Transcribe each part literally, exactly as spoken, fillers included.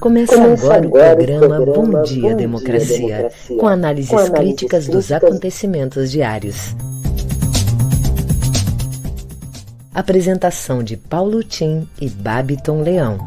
Começa agora o programa Bom Dia Democracia, com análises críticas dos acontecimentos diários. Apresentação de Paulo Tim e Babiton Leão.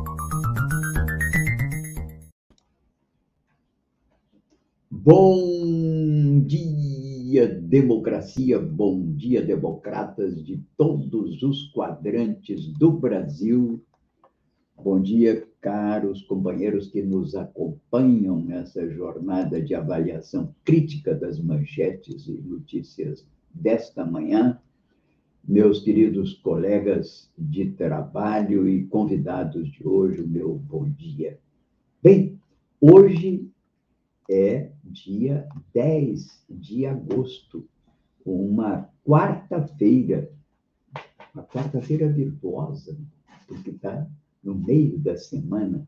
Bom dia, democracia, bom dia, democratas de todos os quadrantes do Brasil. Bom dia, caros companheiros que nos acompanham nessa jornada de avaliação crítica das manchetes e notícias desta manhã. Meus queridos colegas de trabalho e convidados de hoje, o meu bom dia. Bem, hoje é dia dez de agosto, uma quarta-feira, uma quarta-feira virtuosa, porque está no meio da semana.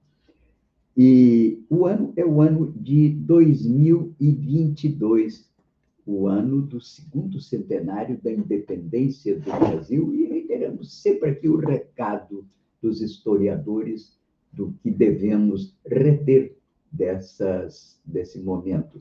E o ano é o ano de dois mil e vinte e dois, o ano do segundo centenário da independência do Brasil, e reiteramos sempre aqui o recado dos historiadores do que devemos reter dessas, desse momento.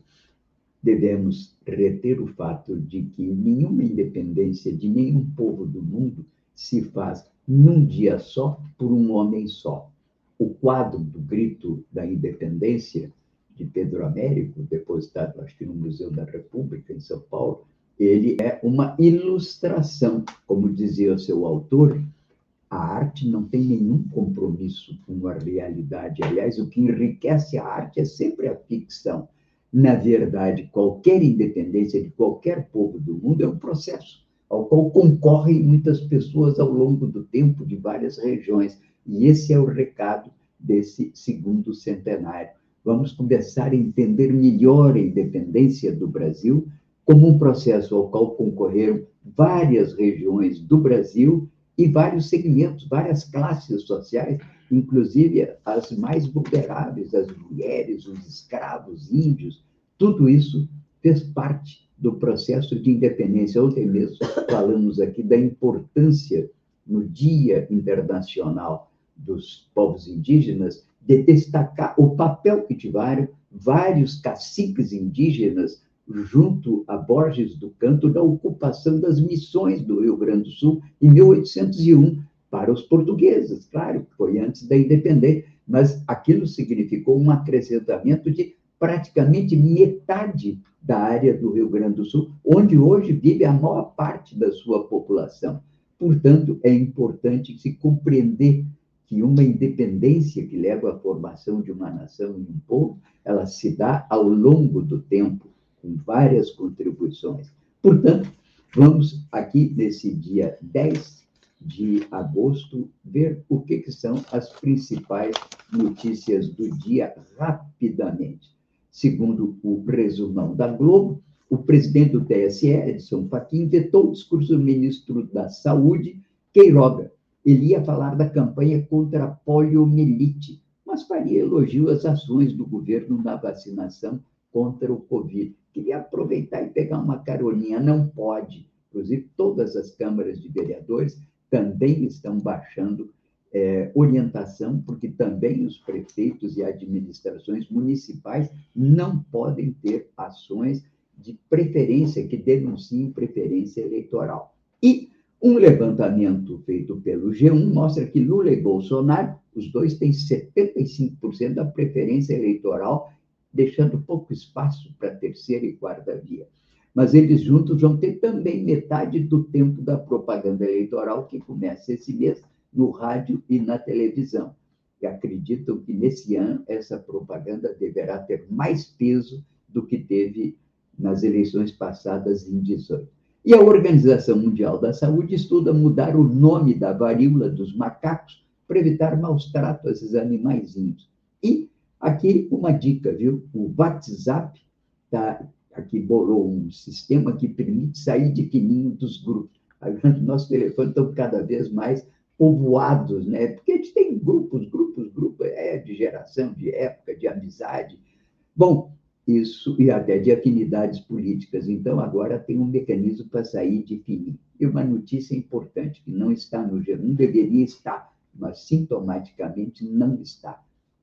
Devemos reter o fato de que nenhuma independência de nenhum povo do mundo se faz num dia só, por um homem só. O quadro do Grito da Independência, de Pedro Américo, depositado, acho que no Museu da República, em São Paulo, ele é uma ilustração. Como dizia o seu autor, a arte não tem nenhum compromisso com a realidade. Aliás, o que enriquece a arte é sempre a ficção. Na verdade, qualquer independência de qualquer povo do mundo é um processo ao qual concorrem muitas pessoas ao longo do tempo, de várias regiões. E esse é o recado desse segundo centenário. Vamos começar a entender melhor a independência do Brasil como um processo ao qual concorreram várias regiões do Brasil e vários segmentos, várias classes sociais, inclusive as mais vulneráveis, as mulheres, os escravos, índios. Tudo isso fez parte do processo de independência. Ontem mesmo falamos aqui da importância, no Dia Internacional dos Povos Indígenas, de destacar o papel que tiveram vários caciques indígenas junto a Borges do Canto na ocupação das missões do Rio Grande do Sul em mil oitocentos e um para os portugueses. Claro que foi antes da independência, mas aquilo significou um acrescentamento de praticamente metade da área do Rio Grande do Sul, onde hoje vive a maior parte da sua população. Portanto, é importante se compreender que uma independência que leva à formação de uma nação e um povo, ela se dá ao longo do tempo, com várias contribuições. Portanto, vamos aqui, nesse dia dez de agosto, ver o que, que são as principais notícias do dia rapidamente. Segundo o resumão da Globo, o presidente do T S E, Edson Fachin, vetou o discurso do ministro da Saúde, Queiroga. Ele ia falar da campanha contra a poliomielite, mas faria elogio às ações do governo na vacinação contra o Covid. Queria aproveitar e pegar uma carolinha, não pode. Inclusive, todas as câmaras de vereadores também estão baixando é, orientação, porque também os prefeitos e administrações municipais não podem ter ações de preferência, que denunciem preferência eleitoral. E um levantamento feito pelo G um mostra que Lula e Bolsonaro, os dois têm setenta e cinco por cento da preferência eleitoral, deixando pouco espaço para a terceira e quarta via. Mas eles juntos vão ter também metade do tempo da propaganda eleitoral, que começa esse mês, no rádio e na televisão. E acreditam que nesse ano essa propaganda deverá ter mais peso do que teve nas eleições passadas em dezoito. E a Organização Mundial da Saúde estuda mudar o nome da varíola dos macacos para evitar maus tratos a esses animaizinhos. E aqui uma dica, viu? O WhatsApp tá, aqui bolou um sistema que permite sair de fininho dos grupos. Os nossos telefones estão cada vez mais povoados, né? Porque a gente tem grupos, grupos, grupos, é, de geração, de época, de amizade. Bom, isso, e até de afinidades políticas. Então, agora tem um mecanismo para sair de fininho. E uma notícia importante, que não está no G um, deveria estar, mas sintomaticamente não está.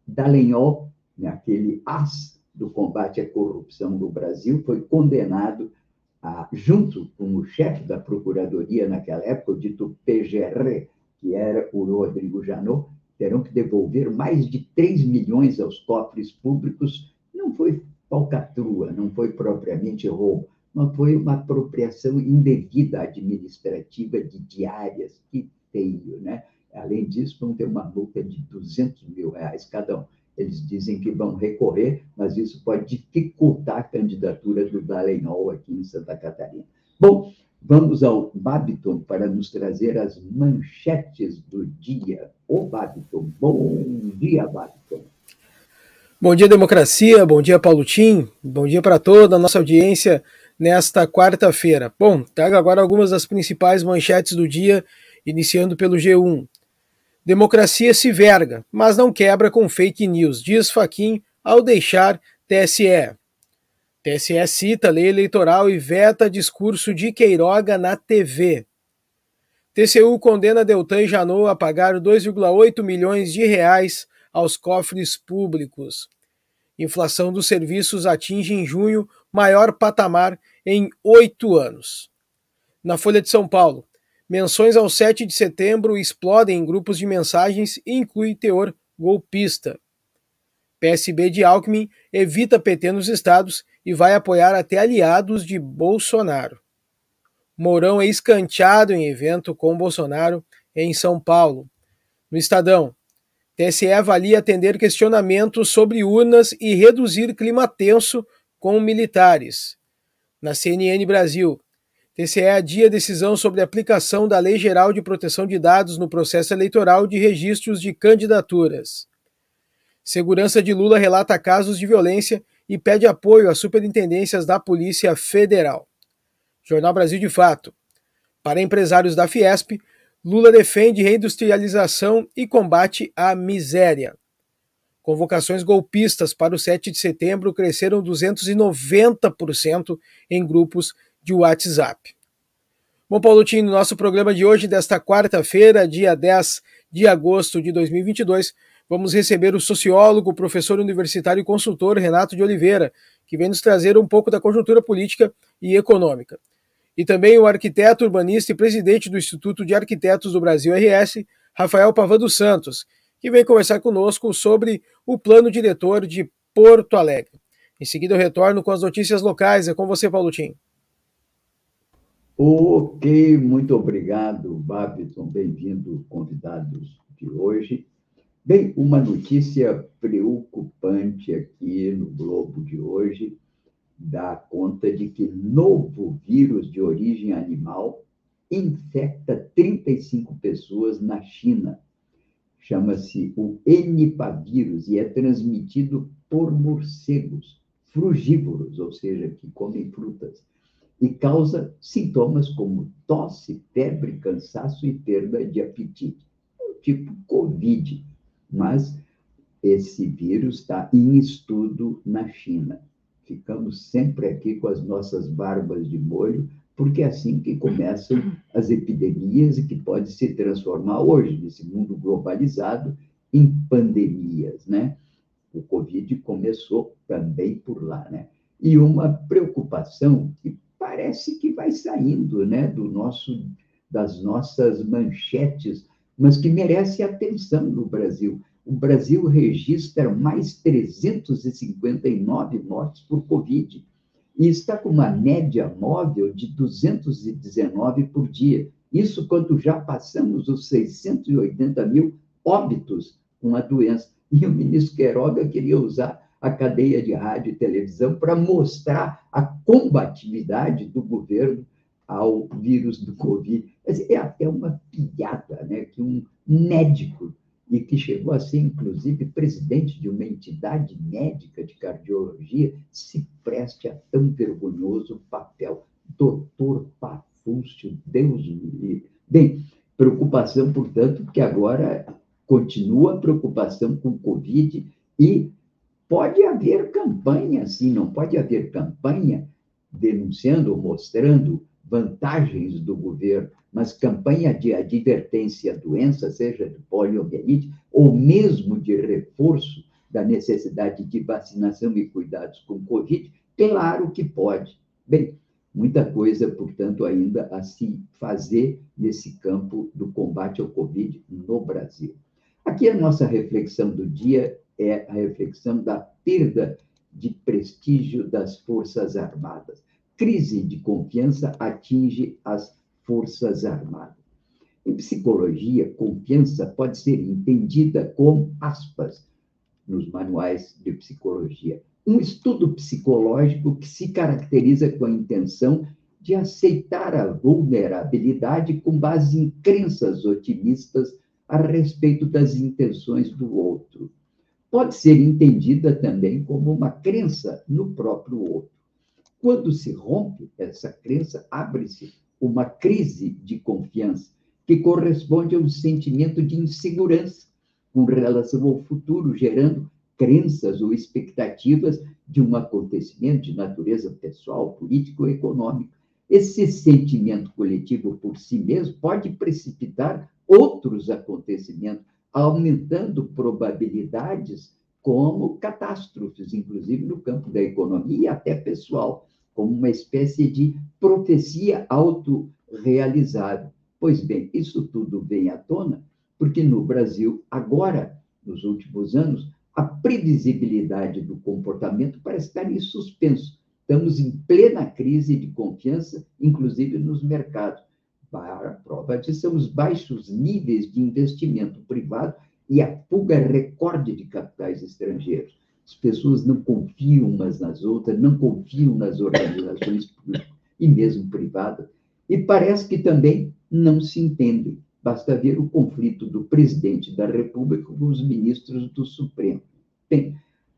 Dallagnol, aquele as do combate à corrupção no Brasil, foi condenado, a, junto com o chefe da Procuradoria naquela época, o dito P G R, que era o Rodrigo Janot, terão que devolver mais de três milhões aos cofres públicos. Não foi falcatrua, não foi propriamente roubo, mas foi uma apropriação indevida administrativa de diárias. Que feio, né? Além disso, vão ter uma multa de duzentos mil reais cada um. Eles dizem que vão recorrer, mas isso pode dificultar a candidatura do Dallagnol aqui em Santa Catarina. Bom, vamos ao Babiton para nos trazer as manchetes do dia. Ô, Babiton, bom dia, Babiton. Bom dia, democracia. Bom dia, Paulo Tim. Bom dia para toda a nossa audiência nesta quarta-feira. Bom, trago agora algumas das principais manchetes do dia, iniciando pelo G um. Democracia se verga, mas não quebra com fake news, diz Fachin ao deixar T S E. T S E cita lei eleitoral e veta discurso de Queiroga na T V. T C U condena Deltan e Janot a pagar dois vírgula oito milhões de reais aos cofres públicos. Inflação dos serviços atinge em junho maior patamar em oito anos. Na Folha de São Paulo, menções ao sete de setembro explodem em grupos de mensagens e inclui teor golpista. P S B de Alckmin evita P T nos estados e vai apoiar até aliados de Bolsonaro. Mourão é escanteado em evento com Bolsonaro em São Paulo. No Estadão, T S E avalia atender questionamentos sobre urnas e reduzir clima tenso com militares. Na C N N Brasil, T C E adia decisão sobre a aplicação da Lei Geral de Proteção de Dados no processo eleitoral de registros de candidaturas. Segurança de Lula relata casos de violência e pede apoio às superintendências da Polícia Federal. Jornal Brasil de Fato. Para empresários da Fiesp, Lula defende reindustrialização e combate à miséria. Convocações golpistas para o sete de setembro cresceram duzentos e noventa por cento em grupos de WhatsApp. Bom, Paulo Tim, no nosso programa de hoje, desta quarta-feira, dia dez de agosto de dois mil e vinte e dois, vamos receber o sociólogo, professor universitário e consultor Renato de Oliveira, que vem nos trazer um pouco da conjuntura política e econômica. E também o arquiteto urbanista e presidente do Instituto de Arquitetos do Brasil, R S, Rafael Pavan dos Santos, que vem conversar conosco sobre o plano diretor de Porto Alegre. Em seguida eu retorno com as notícias locais. É com você, Paulo Tim. Ok, muito obrigado, Babiton. Bem-vindo, convidados de hoje. Bem, uma notícia preocupante aqui no Globo de hoje dá conta de que novo vírus de origem animal infecta trinta e cinco pessoas na China. Chama-se o enipavírus e é transmitido por morcegos frugívoros, ou seja, que comem frutas, e causa sintomas como tosse, febre, cansaço e perda de apetite. Um tipo Covid, mas esse vírus está em estudo na China. Ficamos sempre aqui com as nossas barbas de molho, porque é assim que começam as epidemias e que pode se transformar hoje, nesse mundo globalizado, em pandemias, né? O Covid começou também por lá, né? E uma preocupação que parece que vai saindo, né, do nosso, das nossas manchetes, mas que merece atenção no Brasil. O Brasil registra mais trezentos e cinquenta e nove mortes por Covid e está com uma média móvel de duzentos e dezenove por dia. Isso quando já passamos os seiscentos e oitenta mil óbitos com a doença. E o ministro Queiroga queria usar a cadeia de rádio e televisão para mostrar a combatividade do governo ao vírus do Covid. É até uma piada, né, que um médico, e que chegou a ser, inclusive, presidente de uma entidade médica de cardiologia, se preste a tão vergonhoso papel. Doutor Pafúcio, Deus me livre. Bem, preocupação, portanto, porque agora continua a preocupação com o Covid e pode haver campanha, sim, não pode haver campanha denunciando ou mostrando vantagens do governo, mas campanha de advertência à doença, seja de poliomielite, ou mesmo de reforço da necessidade de vacinação e cuidados com o Covid? Claro que pode. Bem, muita coisa, portanto, ainda a se fazer nesse campo do combate ao Covid no Brasil. Aqui a nossa reflexão do dia é a reflexão da perda de prestígio das Forças Armadas. Crise de confiança atinge as Forças Armadas. Em psicologia, confiança pode ser entendida como, aspas, nos manuais de psicologia, um estudo psicológico que se caracteriza com a intenção de aceitar a vulnerabilidade com base em crenças otimistas a respeito das intenções do outro. Pode ser entendida também como uma crença no próprio outro. Quando se rompe essa crença, abre-se uma crise de confiança, que corresponde a um sentimento de insegurança com relação ao futuro, gerando crenças ou expectativas de um acontecimento de natureza pessoal, política ou econômica. Esse sentimento coletivo por si mesmo pode precipitar outros acontecimentos, aumentando probabilidades como catástrofes, inclusive no campo da economia e até pessoal, como uma espécie de profecia autorrealizável. Pois bem, isso tudo vem à tona porque no Brasil, agora, nos últimos anos, a previsibilidade do comportamento parece estar em suspenso. Estamos em plena crise de confiança, inclusive nos mercados. A prova disso são os baixos níveis de investimento privado e a fuga recorde de capitais estrangeiros. As pessoas não confiam umas nas outras, não confiam nas organizações públicas e mesmo privadas, e parece que também não se entendem. Basta ver o conflito do presidente da República com os ministros do Supremo. Bem,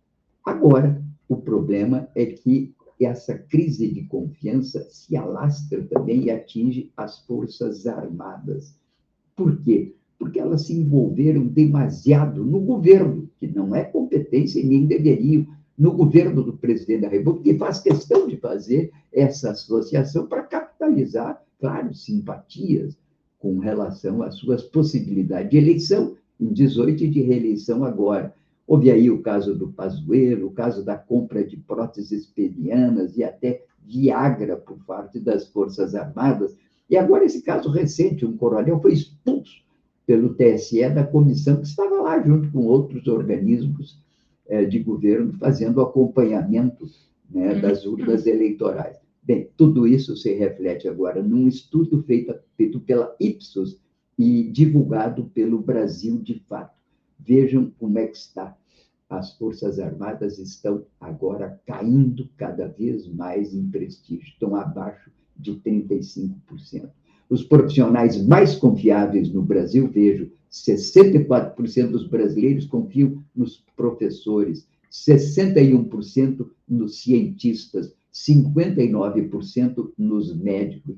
agora, o problema é que essa crise de confiança se alastra também e atinge as Forças Armadas. Por quê? Porque elas se envolveram demasiado no governo, que não é competência e nem deveriam, no governo do presidente da República, que faz questão de fazer essa associação para capitalizar, claro, simpatias com relação às suas possibilidades de eleição em dezoito e de reeleição agora. Houve aí o caso do Pazuello, o caso da compra de próteses penianas e até Viagra por parte das Forças Armadas. E agora esse caso recente, um coronel foi expulso pelo T S E da comissão que estava lá junto com outros organismos eh, de governo fazendo acompanhamento, né, das urnas eleitorais. Bem, tudo isso se reflete agora num estudo feito, feito pela Ipsos e divulgado pelo Brasil de Fato. Vejam como é que está. As Forças Armadas estão agora caindo cada vez mais em prestígio, estão abaixo de trinta e cinco por cento. Os profissionais mais confiáveis no Brasil, vejo, sessenta e quatro por cento dos brasileiros confiam nos professores, sessenta e um por cento nos cientistas, cinquenta e nove por cento nos médicos.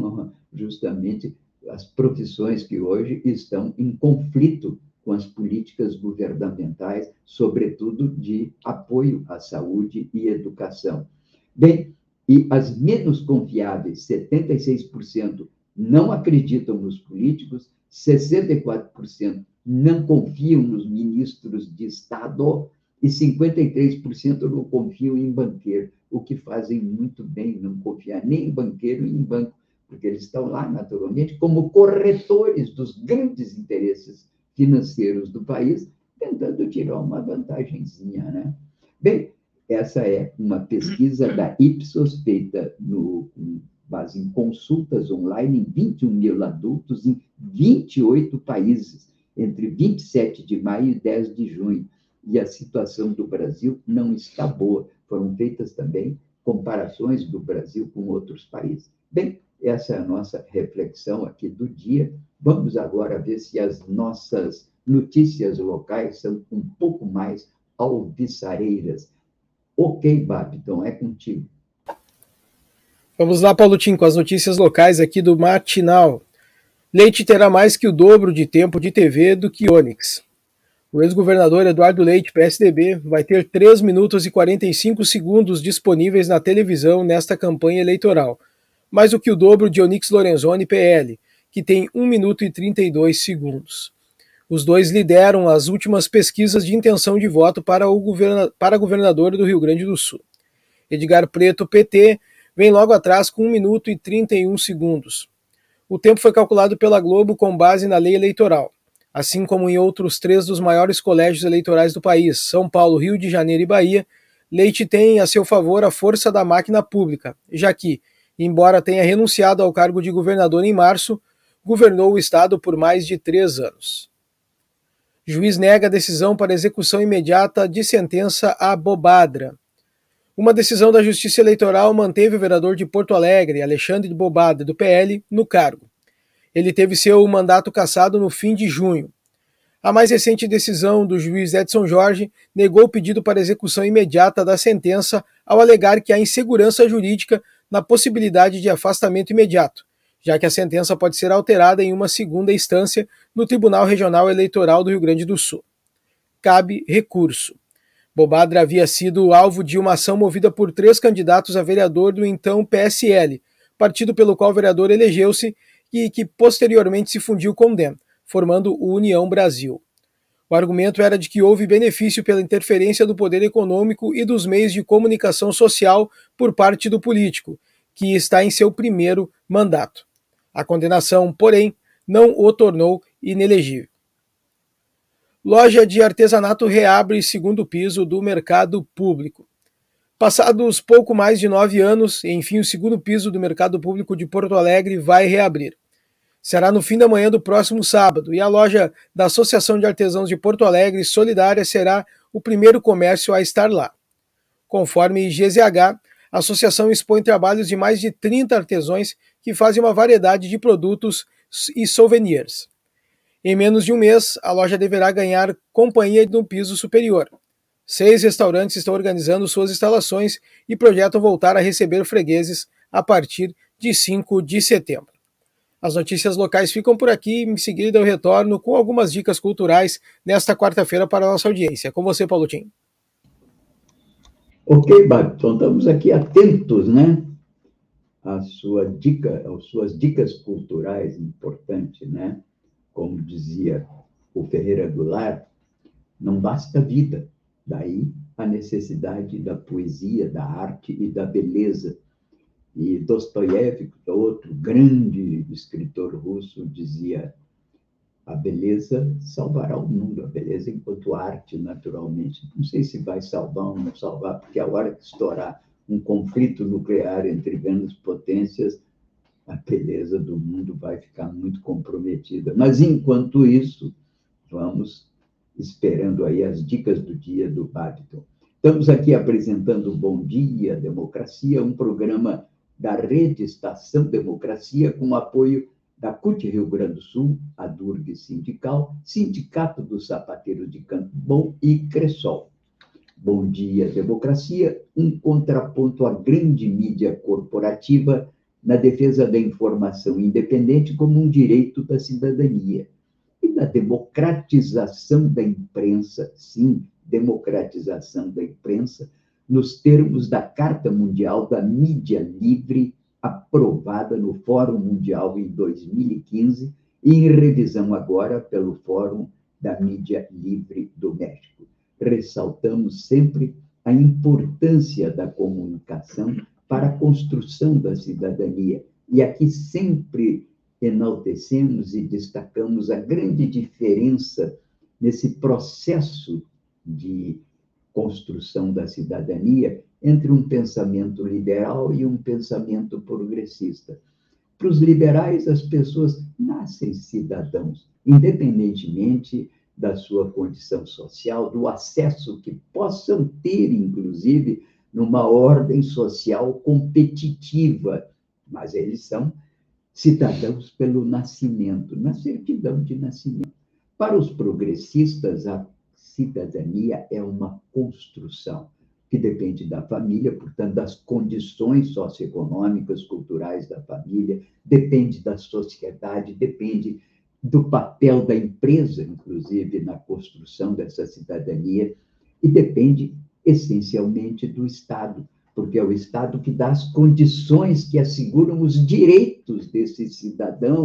Justamente as profissões que hoje estão em conflito com as políticas governamentais, sobretudo de apoio à saúde e educação. Bem, e as menos confiáveis, setenta e seis por cento não acreditam nos políticos, sessenta e quatro por cento não confiam nos ministros de Estado e cinquenta e três por cento não confiam em banqueiro, o que fazem muito bem não confiar nem em banqueiro nem em banco, porque eles estão lá, naturalmente, como corretores dos grandes interesses financeiros do país, tentando tirar uma vantagenzinha, né? Bem, essa é uma pesquisa da Ipsos, feita no, com base em consultas online em vinte e um mil adultos em vinte e oito países, entre vinte e sete de maio e dez de junho. E a situação do Brasil não está boa. Foram feitas também comparações do Brasil com outros países. Bem, essa é a nossa reflexão aqui do dia. Vamos agora ver se as nossas notícias locais são um pouco mais alvissareiras. Ok, Babiton, é contigo. Vamos lá, Paulo Tim, com as notícias locais aqui do Matinal. Leite terá mais que o dobro de tempo de T V do que Onyx. O ex-governador Eduardo Leite, P S D B, vai ter três minutos e quarenta e cinco segundos disponíveis na televisão nesta campanha eleitoral, mais do que o dobro de Onyx Lorenzoni, P L, que tem um minuto e trinta e dois segundos. Os dois lideram as últimas pesquisas de intenção de voto para o governa- para governador do Rio Grande do Sul. Edgar Preto, P T, vem logo atrás com um minuto e trinta e um segundos. O tempo foi calculado pela Globo com base na lei eleitoral. Assim como em outros três dos maiores colégios eleitorais do país, São Paulo, Rio de Janeiro e Bahia, Leite tem a seu favor a força da máquina pública, já que, embora tenha renunciado ao cargo de governador em março, governou o estado por mais de três anos. Juiz nega a decisão para execução imediata de sentença a Bobadra. Uma decisão da Justiça Eleitoral manteve o vereador de Porto Alegre, Alexandre Bobadra, do P L, no cargo. Ele teve seu mandato cassado no fim de junho. A mais recente decisão do juiz Edson Jorge negou o pedido para execução imediata da sentença ao alegar que há insegurança jurídica na possibilidade de afastamento imediato, já que a sentença pode ser alterada em uma segunda instância no Tribunal Regional Eleitoral do Rio Grande do Sul. Cabe recurso. Bobadra havia sido alvo de uma ação movida por três candidatos a vereador do então P S L, partido pelo qual o vereador elegeu-se e que posteriormente se fundiu com o D E M, formando o União Brasil. O argumento era de que houve benefício pela interferência do poder econômico e dos meios de comunicação social por parte do político, que está em seu primeiro mandato. A condenação, porém, não o tornou inelegível. Loja de artesanato reabre segundo piso do mercado público. Passados pouco mais de nove anos, enfim, o segundo piso do mercado público de Porto Alegre vai reabrir. Será no fim da manhã do próximo sábado, e a loja da Associação de Artesãos de Porto Alegre Solidária será o primeiro comércio a estar lá. Conforme G Z H, a associação expõe trabalhos de mais de trinta artesãos que fazem uma variedade de produtos e souvenirs. Em menos de um mês, a loja deverá ganhar companhia no piso superior. Seis restaurantes estão organizando suas instalações e projetam voltar a receber fregueses a partir de cinco de setembro. As notícias locais ficam por aqui, em seguida eu retorno com algumas dicas culturais nesta quarta-feira para a nossa audiência. Com você, Paulo Tim. Ok, Babton, estamos aqui atentos, né? A sua dica, às suas dicas culturais importantes, né? Como dizia o Ferreira Goulart, não basta vida, daí a necessidade da poesia, da arte e da beleza. E Dostoiévski, outro grande escritor russo, dizia: a beleza salvará o mundo, a beleza enquanto arte, naturalmente. Não sei se vai salvar ou não salvar, porque a hora que estourar um conflito nuclear entre grandes potências, a beleza do mundo vai ficar muito comprometida. Mas, enquanto isso, vamos esperando aí as dicas do dia do Babton. Estamos aqui apresentando Bom Dia Democracia, um programa da Rede Estação Democracia, com o apoio da C U T Rio Grande do Sul, a Durg Sindical, Sindicato dos Sapateiros de Campo Bom e Cressol. Bom Dia Democracia, um contraponto à grande mídia corporativa na defesa da informação independente como um direito da cidadania e da democratização da imprensa, sim, democratização da imprensa, nos termos da Carta Mundial da Mídia Livre, aprovada no Fórum Mundial em dois mil e quinze e em revisão agora pelo Fórum da Mídia Livre do México. Ressaltamos sempre a importância da comunicação para a construção da cidadania. E aqui sempre enaltecemos e destacamos a grande diferença nesse processo de construção da cidadania entre um pensamento liberal e um pensamento progressista. Para os liberais, as pessoas nascem cidadãos, independentemente da sua condição social, do acesso que possam ter, inclusive, numa ordem social competitiva, mas eles são cidadãos pelo nascimento, na certidão de nascimento. Para os progressistas, a cidadania é uma construção que depende da família, portanto, das condições socioeconômicas, culturais da família, depende da sociedade, depende do papel da empresa, inclusive, na construção dessa cidadania, e depende essencialmente do Estado, porque é o Estado que dá as condições que asseguram os direitos desse cidadão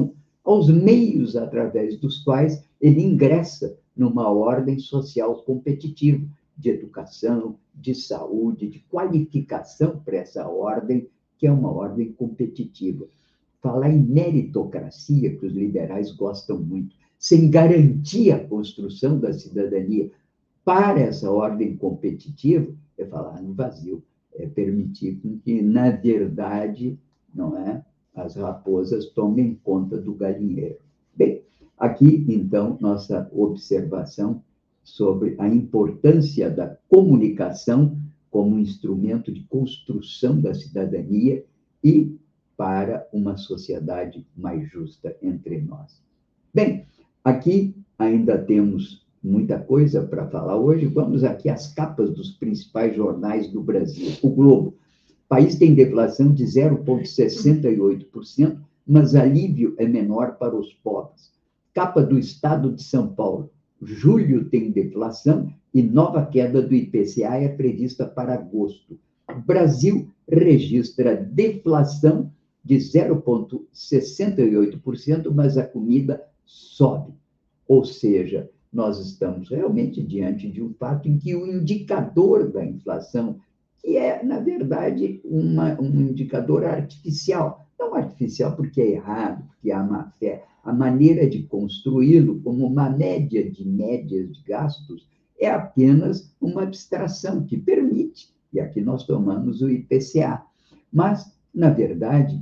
aos meios através dos quais ele ingressa numa ordem social competitiva, de educação, de saúde, de qualificação para essa ordem, que é uma ordem competitiva. Falar em meritocracia, que os liberais gostam muito, sem garantir a construção da cidadania para essa ordem competitiva, é falar no vazio, é permitir que, na verdade, não é, as raposas tomem conta do galinheiro. Bem, aqui, então, nossa observação sobre a importância da comunicação como instrumento de construção da cidadania e para uma sociedade mais justa entre nós. Bem, aqui ainda temos muita coisa para falar hoje. Vamos aqui às capas dos principais jornais do Brasil. O Globo. O país tem deflação de zero vírgula sessenta e oito por cento, mas alívio é menor para os pobres. Capa do Estado de São Paulo. Julho tem deflação e nova queda do I P C A é prevista para agosto. O Brasil registra deflação de zero vírgula sessenta e oito por cento, mas a comida sobe. Ou seja, nós estamos realmente diante de um fato em que o indicador da inflação, que é, na verdade, uma, um indicador artificial, não artificial porque é errado, porque há má fé, a maneira de construí-lo como uma média de médias de gastos é apenas uma abstração que permite, e aqui nós tomamos o I P C A. Mas, na verdade,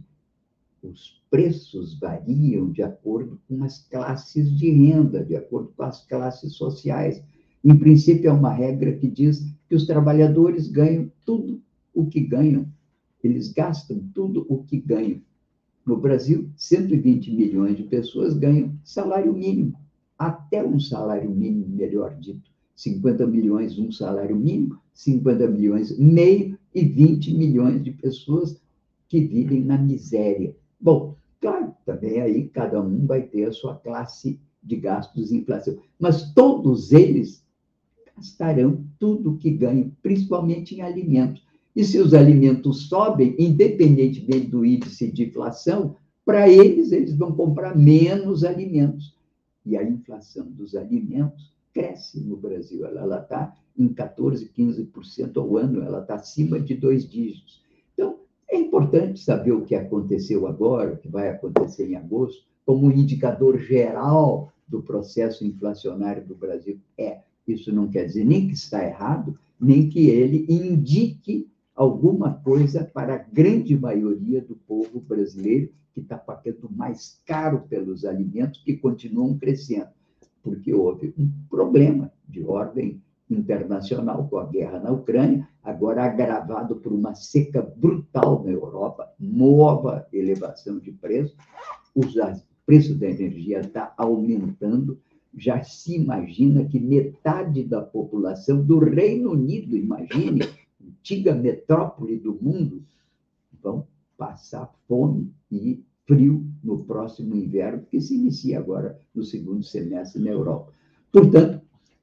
os preços variam de acordo com as classes de renda, de acordo com as classes sociais. Em princípio, é uma regra que diz que os trabalhadores ganham tudo o que ganham, eles gastam tudo o que ganham. No Brasil, cento e vinte milhões de pessoas ganham salário mínimo, até um salário mínimo, melhor dito. cinquenta milhões, um salário mínimo, cinquenta milhões, meio, e vinte milhões de pessoas que vivem na miséria. Bom, claro, também aí cada um vai ter a sua classe de gastos e inflação, mas todos eles gastarão tudo o que ganham, principalmente em alimentos. E se os alimentos sobem, independentemente do índice de inflação, para eles, eles vão comprar menos alimentos. E a inflação dos alimentos cresce no Brasil. Ela está em quatorze, quinze por cento ao ano, ela está acima de dois dígitos. Então, é importante saber o que aconteceu agora, o que vai acontecer em agosto, como um indicador geral do processo inflacionário do Brasil. É, isso não quer dizer nem que está errado, nem que ele indique alguma coisa para a grande maioria do povo brasileiro que está pagando mais caro pelos alimentos que continuam crescendo, porque houve um problema de ordem internacional com a guerra na Ucrânia, agora agravado por uma seca brutal na Europa, nova elevação de preço, o preço da energia está aumentando, já se imagina que metade da população do Reino Unido, imagine, antiga metrópole do mundo, vão passar fome e frio no próximo inverno, que se inicia agora no segundo semestre na Europa. Portanto,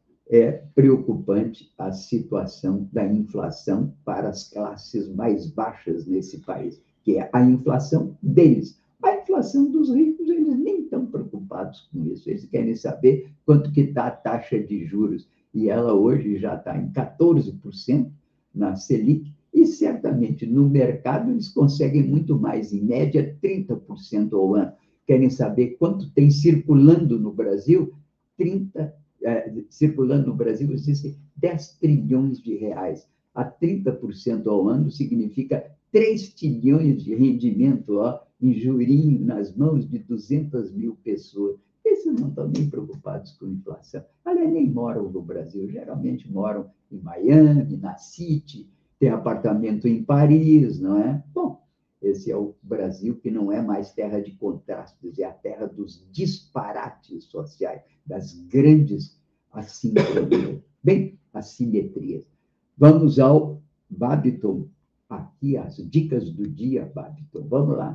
é preocupante a situação da inflação para as classes mais baixas nesse país, que é a inflação deles. A inflação dos ricos, eles nem estão preocupados com isso, eles querem saber quanto que está a taxa de juros, e ela hoje já está em quatorze por cento na Selic, e certamente no mercado eles conseguem muito mais, em média trinta por cento ao ano. Querem saber quanto tem circulando no Brasil? trinta, é, circulando no Brasil existem dez trilhões de reais. A trinta por cento ao ano significa três trilhões de rendimento ó, em jurinho nas mãos de duzentas mil pessoas. Esses não estão nem preocupados com inflação. Aliás, nem moram no Brasil, geralmente moram em Miami, na City, tem apartamento em Paris, não é? Bom, esse é o Brasil que não é mais terra de contrastes, é a terra dos disparates sociais, das grandes assimetrias. Bem, assimetrias. Vamos ao Babiton. Aqui as dicas do dia, Babiton. Vamos lá.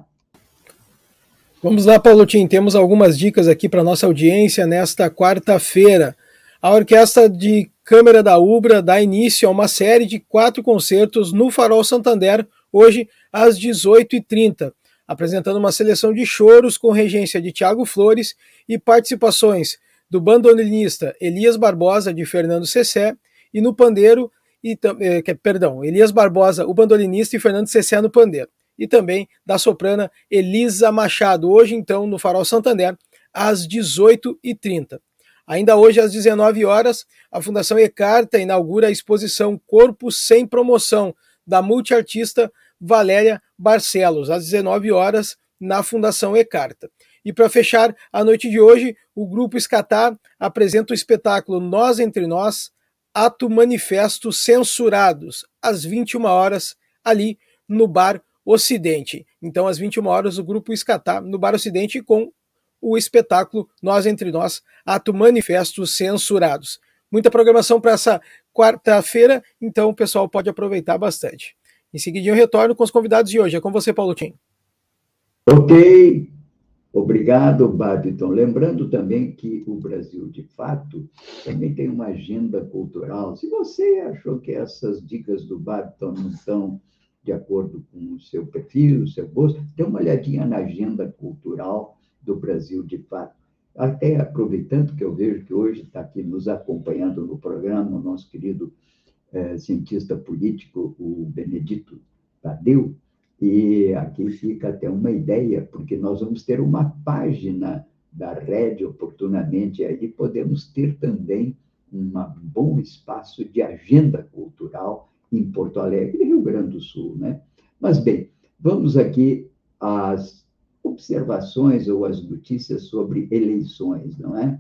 Vamos lá, Paulo Tim. Temos algumas dicas aqui para a nossa audiência nesta quarta-feira. A Orquestra de Câmara da Ubra dá início a uma série de quatro concertos no Farol Santander, hoje às dezoito e trinta. apresentando uma seleção de choros com regência de Tiago Flores e participações do bandolinista Elias Barbosa, de Fernando Cessé, e no pandeiro, e, eh, perdão, Elias Barbosa, o bandolinista, e Fernando Cessé no pandeiro. E também da soprana Elisa Machado, hoje então no Farol Santander, às dezoito e trinta. Ainda hoje, às dezenove horas, a Fundação E-Carta inaugura a exposição Corpo Sem Promoção, da multiartista Valéria Barcelos, às dezenove horas, na Fundação E-Carta. E para fechar a noite de hoje, o Grupo Escatá apresenta o espetáculo Nós Entre Nós, Ato Manifesto Censurados, às vinte e uma horas, ali no Bar Ocidente. Então, às vinte e uma horas, o Grupo Escatá no Bar Ocidente com o espetáculo Nós Entre Nós, Ato Manifesto Censurados. Muita programação para essa quarta-feira, então o pessoal pode aproveitar bastante. Em seguida eu retorno com os convidados de hoje. É com você, Paulo Tim. Ok. Obrigado, Babiton. Lembrando também que o Brasil, de fato, também tem uma agenda cultural. Se você achou que essas dicas do Babiton não estão de acordo com o seu perfil, o seu gosto, dê uma olhadinha na agenda cultural do Brasil, de fato. Até aproveitando que eu vejo que hoje está aqui nos acompanhando no programa o nosso querido eh, cientista político, o Benedito Tadeu, e aqui fica até uma ideia, porque nós vamos ter uma página da Rede oportunamente, aí podemos ter também um bom espaço de agenda cultural em Porto Alegre, Rio Grande do Sul, né? Mas, bem, vamos aqui às observações ou as notícias sobre eleições, não é?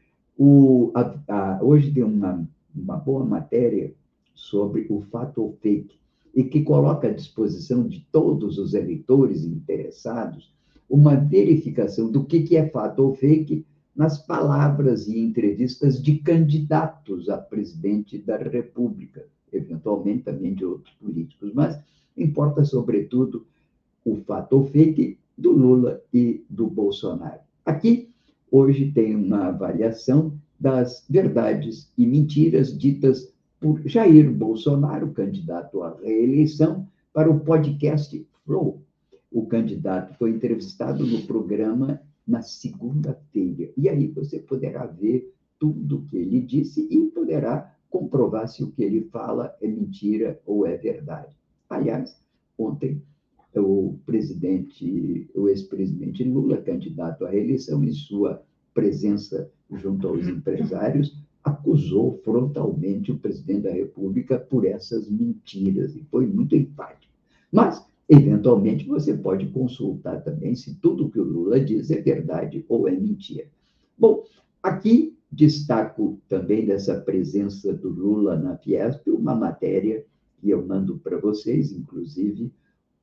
O, a, a, hoje tem uma, uma boa matéria sobre o fato ou fake, e que coloca à disposição de todos os eleitores interessados uma verificação do que, que é fato ou fake nas palavras e entrevistas de candidatos a presidente da República, eventualmente também de outros políticos, mas importa, sobretudo, o fato ou fake do Lula e do Bolsonaro. Aqui, hoje, tem uma avaliação das verdades e mentiras ditas por Jair Bolsonaro, candidato à reeleição, para o podcast Flow. O candidato foi entrevistado no programa na segunda-feira. E aí você poderá ver tudo o que ele disse e poderá comprovar se o que ele fala é mentira ou é verdade. Aliás, ontem, o presidente, o ex-presidente Lula, candidato à reeleição, em sua presença junto aos empresários, acusou frontalmente o presidente da República por essas mentiras, e foi muito enfático. Mas, eventualmente, você pode consultar também se tudo que o Lula diz é verdade ou é mentira. Bom, aqui destaco também dessa presença do Lula na Fiesp uma matéria que eu mando para vocês, inclusive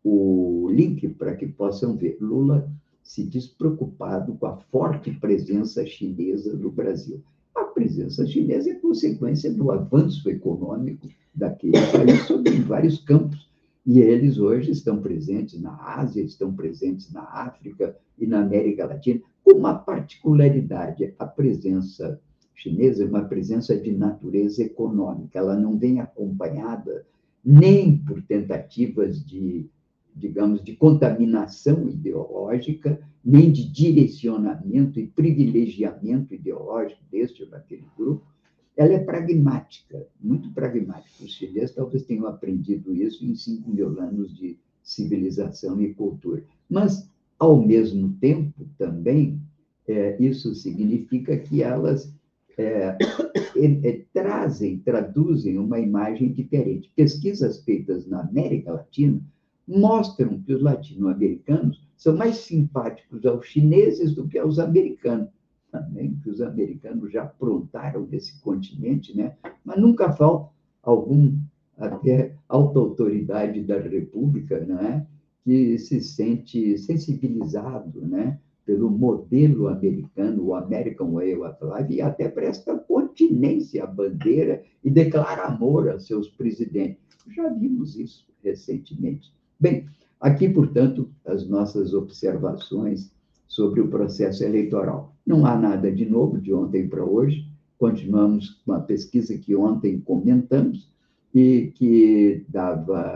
o link para que possam ver. Lula se diz preocupado com a forte presença chinesa no Brasil. A presença chinesa é consequência do avanço econômico daquele país sobre vários campos. E eles hoje estão presentes na Ásia, estão presentes na África e na América Latina, com uma particularidade. A presença chinesa é uma presença de natureza econômica. Ela não vem acompanhada nem por tentativas de, digamos, de contaminação ideológica, nem de direcionamento e privilegiamento ideológico deste ou daquele grupo. Ela é pragmática, muito pragmática. Os chineses talvez tenham aprendido isso em cinco mil anos de civilização e cultura. Mas, ao mesmo tempo, também, é, isso significa que elas é, é, é, trazem, traduzem uma imagem diferente. Pesquisas feitas na América Latina mostram que os latino-americanos são mais simpáticos aos chineses do que aos americanos. Também que os americanos já aprontaram nesse continente, né? Mas nunca falta algum, até alta autoridade da República, né? Que se sente sensibilizado, né? Pelo modelo americano, o American Way of Life, e até presta continência à bandeira e declara amor a seus presidentes. Já vimos isso recentemente. Bem, aqui, portanto, as nossas observações sobre o processo eleitoral. Não há nada de novo de ontem para hoje, continuamos com a pesquisa que ontem comentamos e que dava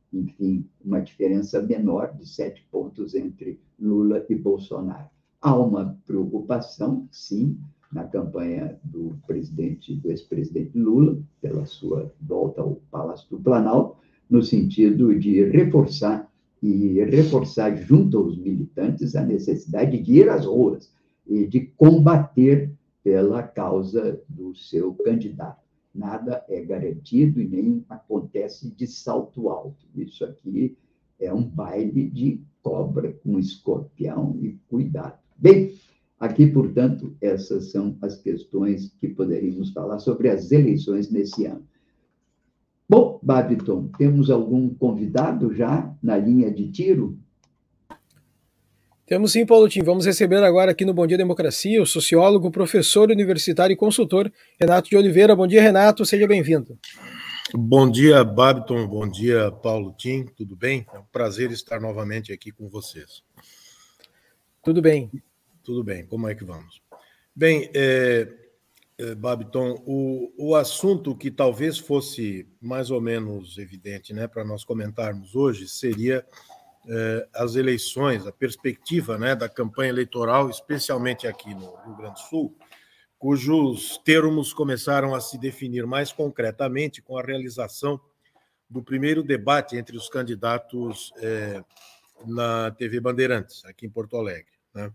enfim, uma diferença menor de sete pontos entre Lula e Bolsonaro. Há uma preocupação, sim, na campanha do presidente, do ex-presidente Lula, pela sua volta ao Palácio do Planalto, no sentido de reforçar e reforçar junto aos militantes a necessidade de ir às ruas e de combater pela causa do seu candidato. Nada é garantido e nem acontece de salto alto. Isso aqui é um baile de cobra com escorpião e cuidado. Bem, aqui, portanto, essas são as questões que poderíamos falar sobre as eleições nesse ano. Bom, Babiton, temos algum convidado já na linha de tiro? Temos sim, Paulo Tim. Vamos receber agora aqui no Bom Dia Democracia o sociólogo, professor universitário e consultor Renato de Oliveira. Bom dia, Renato. Seja bem-vindo. Bom dia, Babiton. Bom dia, Paulo Tim. Tudo bem? É um prazer estar novamente aqui com vocês. Tudo bem. Tudo bem. Como é que vamos? Bem, é, é, Babiton, o, o assunto que talvez fosse mais ou menos evidente, né, para nós comentarmos hoje seria é, as eleições, a perspectiva, né, da campanha eleitoral, especialmente aqui no Rio Grande do Sul, cujos termos começaram a se definir mais concretamente com a realização do primeiro debate entre os candidatos é, na T V Bandeirantes, aqui em Porto Alegre, né?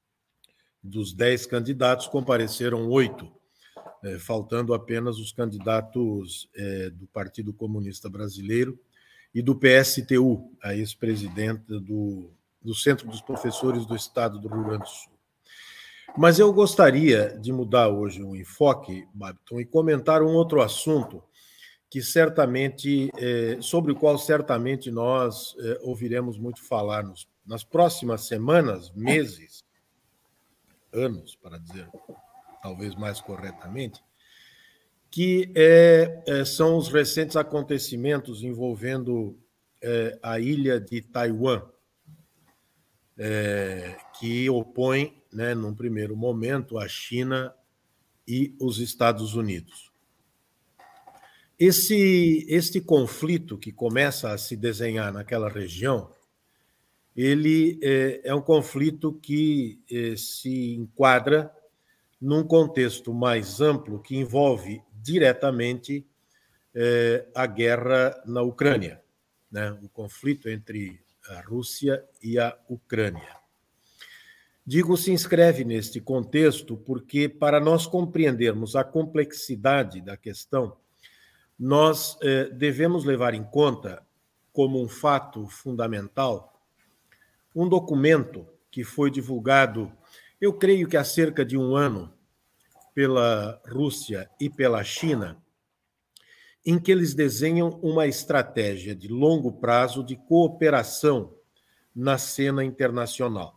Dos dez candidatos, compareceram oito, é, faltando apenas os candidatos é, do Partido Comunista Brasileiro e do P S T U, a ex-presidenta do, do Centro dos Professores do Estado do Rio Grande do Sul. Mas eu gostaria de mudar hoje o enfoque, Babiton, e comentar um outro assunto que certamente, é, sobre o qual certamente nós é, ouviremos muito falar nos, nas próximas semanas, meses, anos, para dizer talvez mais corretamente, que é, é, são os recentes acontecimentos envolvendo é, a ilha de Taiwan, é, que opõe, né, num primeiro momento, a China e os Estados Unidos. Esse, este conflito que começa a se desenhar naquela região, ele é, é um conflito que é, se enquadra num contexto mais amplo que envolve diretamente é, a guerra na Ucrânia, né? O conflito entre a Rússia e a Ucrânia. Digo, se inscreve neste contexto porque, para nós compreendermos a complexidade da questão, nós eh, devemos levar em conta, como um fato fundamental, um documento que foi divulgado, eu creio que há cerca de um ano, pela Rússia e pela China, em que eles desenham uma estratégia de longo prazo de cooperação na cena internacional.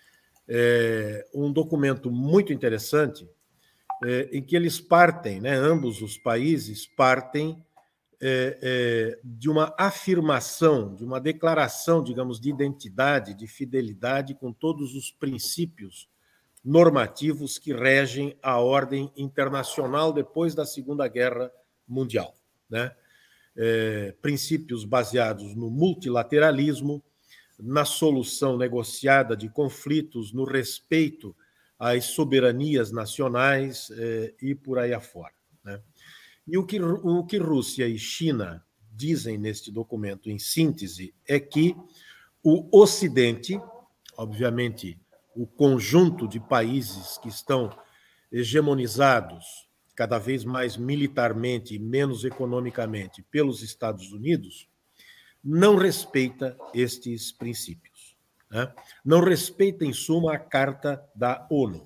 É um documento muito interessante, é, em que eles partem, né, ambos os países partem é, é, de uma afirmação, de uma declaração, digamos, de identidade, de fidelidade com todos os princípios normativos que regem a ordem internacional depois da Segunda Guerra Mundial, né? É, princípios baseados no multilateralismo, na solução negociada de conflitos, no respeito às soberanias nacionais eh, e por aí afora, né? E o que, o que Rússia e China dizem neste documento, em síntese, é que o Ocidente, obviamente, o conjunto de países que estão hegemonizados cada vez mais militarmente e menos economicamente pelos Estados Unidos, não respeita estes princípios, né? Não respeita, em suma, a Carta da ONU.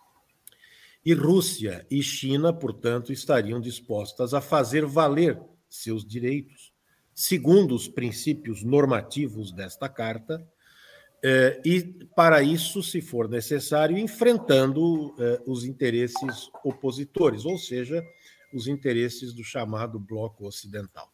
E Rússia e China, portanto, estariam dispostas a fazer valer seus direitos, segundo os princípios normativos desta Carta, eh, e, para isso, se for necessário, enfrentando eh, os interesses opositores, ou seja, os interesses do chamado bloco ocidental.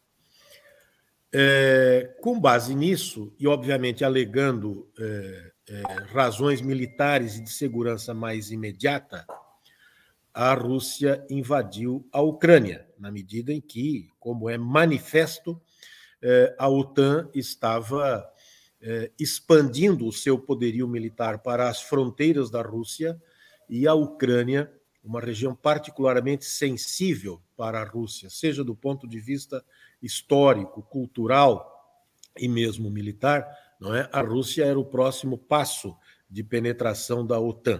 É, com base nisso, e obviamente alegando é, é, razões militares e de segurança mais imediata, a Rússia invadiu a Ucrânia, na medida em que, como é manifesto, a OTAN estava expandindo o seu poderio militar para as fronteiras da Rússia, e a Ucrânia, uma região particularmente sensível para a Rússia, seja do ponto de vista histórico, cultural e mesmo militar, não é? A Rússia era o próximo passo de penetração da OTAN.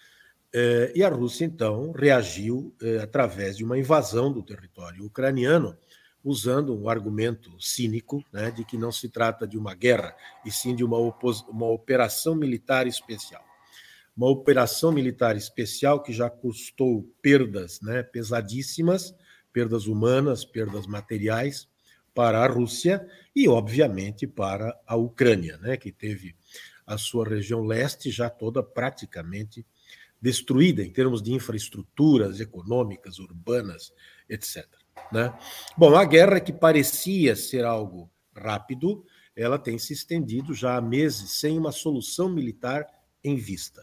E a Rússia, então, reagiu através de uma invasão do território ucraniano, usando um argumento cínico, né, de que não se trata de uma guerra, e sim de uma, uma operação militar especial. Uma operação militar especial que já custou perdas, né, pesadíssimas, perdas humanas, perdas materiais para a Rússia e, obviamente, para a Ucrânia, né, que teve a sua região leste já toda praticamente destruída em termos de infraestruturas econômicas, urbanas, etcétera. Né? Bom, a guerra, que parecia ser algo rápido, ela tem se estendido já há meses sem uma solução militar em vista.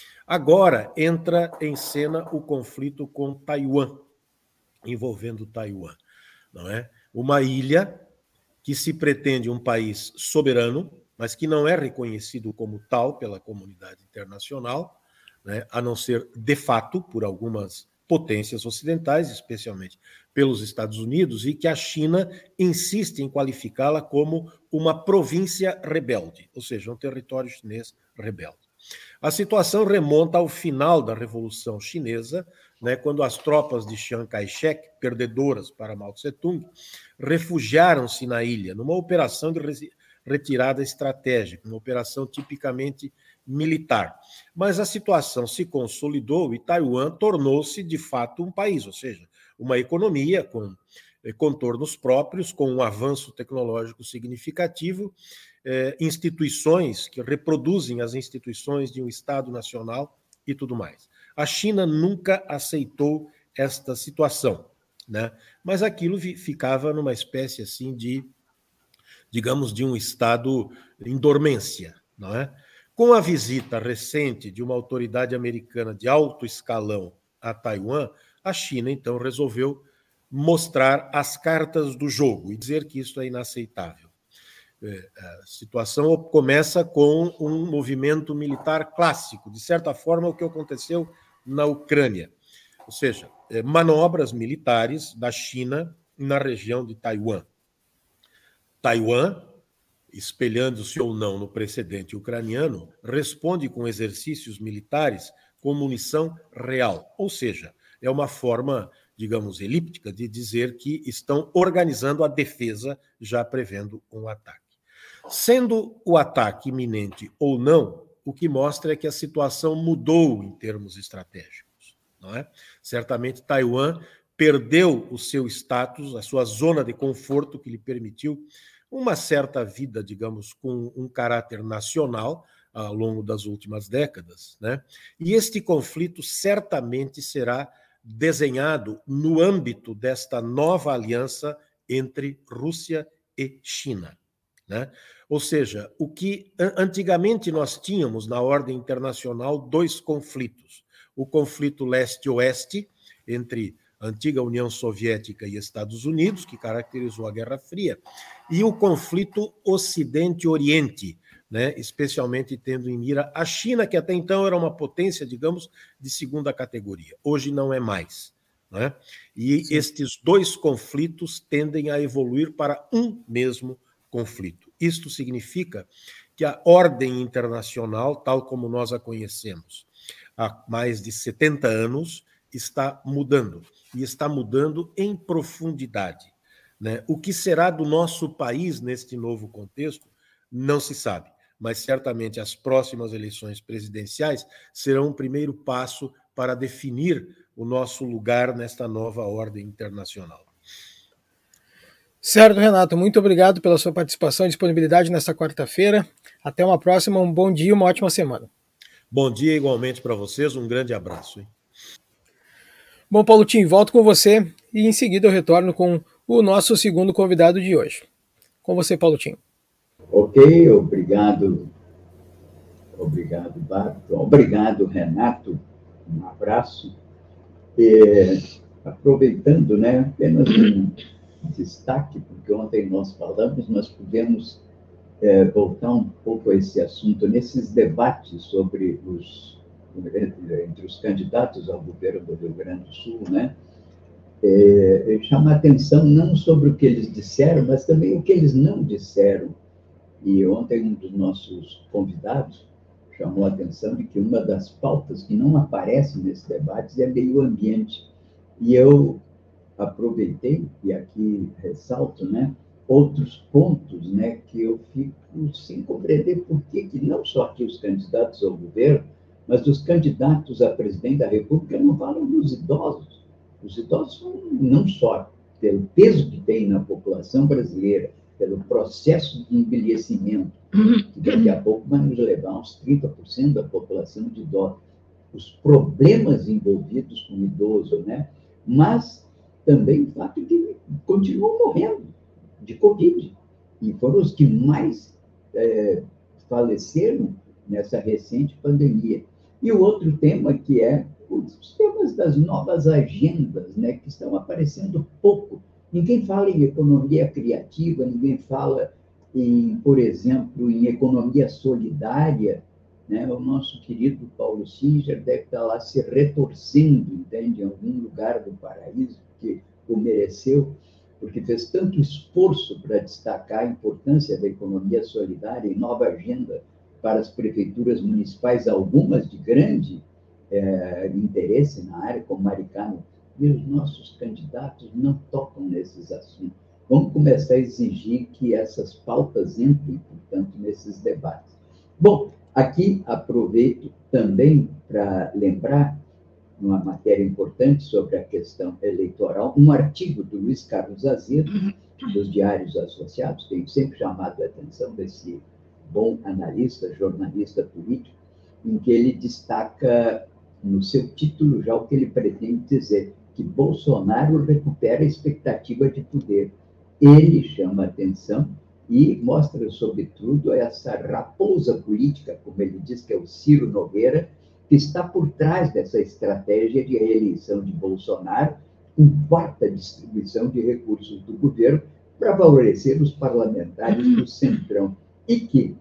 Agora entra em cena o conflito com Taiwan, envolvendo Taiwan, não é? Uma ilha que se pretende um país soberano, mas que não é reconhecido como tal pela comunidade internacional, né, a não ser de fato por algumas potências ocidentais, especialmente pelos Estados Unidos, e que a China insiste em qualificá-la como uma província rebelde, ou seja, um território chinês rebelde. A situação remonta ao final da Revolução Chinesa, né, quando as tropas de Chiang Kai-shek, perdedoras para Mao Tse-tung, refugiaram-se na ilha, numa operação de retirada estratégica, uma operação tipicamente militar. Mas a situação se consolidou e Taiwan tornou-se, de fato, um país, ou seja, uma economia com contornos próprios, com um avanço tecnológico significativo, eh, instituições que reproduzem as instituições de um Estado nacional e tudo mais. A China nunca aceitou esta situação, né? Mas aquilo ficava numa espécie assim de, digamos, de um estado em dormência, não é? Com a visita recente de uma autoridade americana de alto escalão a Taiwan, a China, então, resolveu mostrar as cartas do jogo e dizer que isso é inaceitável. A situação começa com um movimento militar clássico, de certa forma, o que aconteceu na Ucrânia, ou seja, manobras militares da China na região de Taiwan. Taiwan, espelhando-se ou não no precedente ucraniano, responde com exercícios militares com munição real, ou seja, é uma forma, digamos, elíptica de dizer que estão organizando a defesa, já prevendo um ataque. Sendo o ataque iminente ou não, o que mostra é que a situação mudou em termos estratégicos, não é? Certamente Taiwan perdeu o seu status, a sua zona de conforto que lhe permitiu uma certa vida, digamos, com um caráter nacional ao longo das últimas décadas, né? E este conflito certamente será desenhado no âmbito desta nova aliança entre Rússia e China, né? Ou seja, o que antigamente nós tínhamos na ordem internacional dois conflitos, o conflito leste-oeste entre a antiga União Soviética e Estados Unidos, que caracterizou a Guerra Fria, e o conflito Ocidente-Oriente, né, especialmente tendo em mira a China, que até então era uma potência, digamos, de segunda categoria. Hoje não é mais. Né? E Sim. Estes dois conflitos tendem a evoluir para um mesmo conflito. Isto significa que a ordem internacional, tal como nós a conhecemos há mais de setenta anos, está mudando, e está mudando em profundidade. Né? O que será do nosso país neste novo contexto, não se sabe, mas certamente as próximas eleições presidenciais serão um primeiro passo para definir o nosso lugar nesta nova ordem internacional. Certo, Renato, muito obrigado pela sua participação e disponibilidade nesta quarta-feira. Até uma próxima, um bom dia e uma ótima semana. Bom dia igualmente para vocês, um grande abraço. Hein? Bom, Paulo Tim, volto com você e em seguida eu retorno com o nosso segundo convidado de hoje. Com você, Paulo Tim. Ok, obrigado. Obrigado, Barto. Obrigado, Renato. Um abraço. E, aproveitando, né, apenas um, destaque, porque ontem nós falamos, nós pudemos é, voltar um pouco a esse assunto, nesses debates sobre os, entre os candidatos ao governo do Rio Grande do Sul, né? É, chamar atenção não sobre o que eles disseram, mas também o que eles não disseram. E ontem um dos nossos convidados chamou a atenção de que uma das pautas que não aparece nesses debates é meio ambiente. E eu aproveitei, e aqui ressalto, né, outros pontos, né, que eu fico sem compreender por que, que não só aqui os candidatos ao governo, mas os candidatos a presidente da República não falam dos idosos. Os idosos, não só pelo peso que tem na população brasileira, pelo processo de envelhecimento, que daqui a pouco vai nos levar uns trinta por cento da população de idosos, os problemas envolvidos com o idoso, né? Mas também o fato de que continuam morrendo de Covid, e foram os que mais é, faleceram nessa recente pandemia. E o outro tema que é os temas das novas agendas, né, que estão aparecendo pouco. Ninguém fala em economia criativa, ninguém fala, em, por exemplo, em economia solidária, né? O nosso querido Paulo Singer deve estar lá se retorcendo, entende, em algum lugar do paraíso, que o mereceu, porque fez tanto esforço para destacar a importância da economia solidária e nova agenda para as prefeituras municipais, algumas de grande é, interesse na área, como Maricá, e os nossos candidatos não tocam nesses assuntos. Vamos começar a exigir que essas pautas entrem, portanto, nesses debates. Bom, aqui aproveito também para lembrar, numa matéria importante sobre a questão eleitoral, um artigo do Luiz Carlos Azedo, dos Diários Associados, tenho sempre chamado a atenção desse bom analista, jornalista político, em que ele destaca no seu título já o que ele pretende dizer, que Bolsonaro recupera a expectativa de poder. Ele chama a atenção e mostra, sobretudo, essa raposa política, como ele diz, que é o Ciro Nogueira, que está por trás dessa estratégia de reeleição de Bolsonaro, com quarta distribuição de recursos do governo para favorecer os parlamentares do Centrão. E que,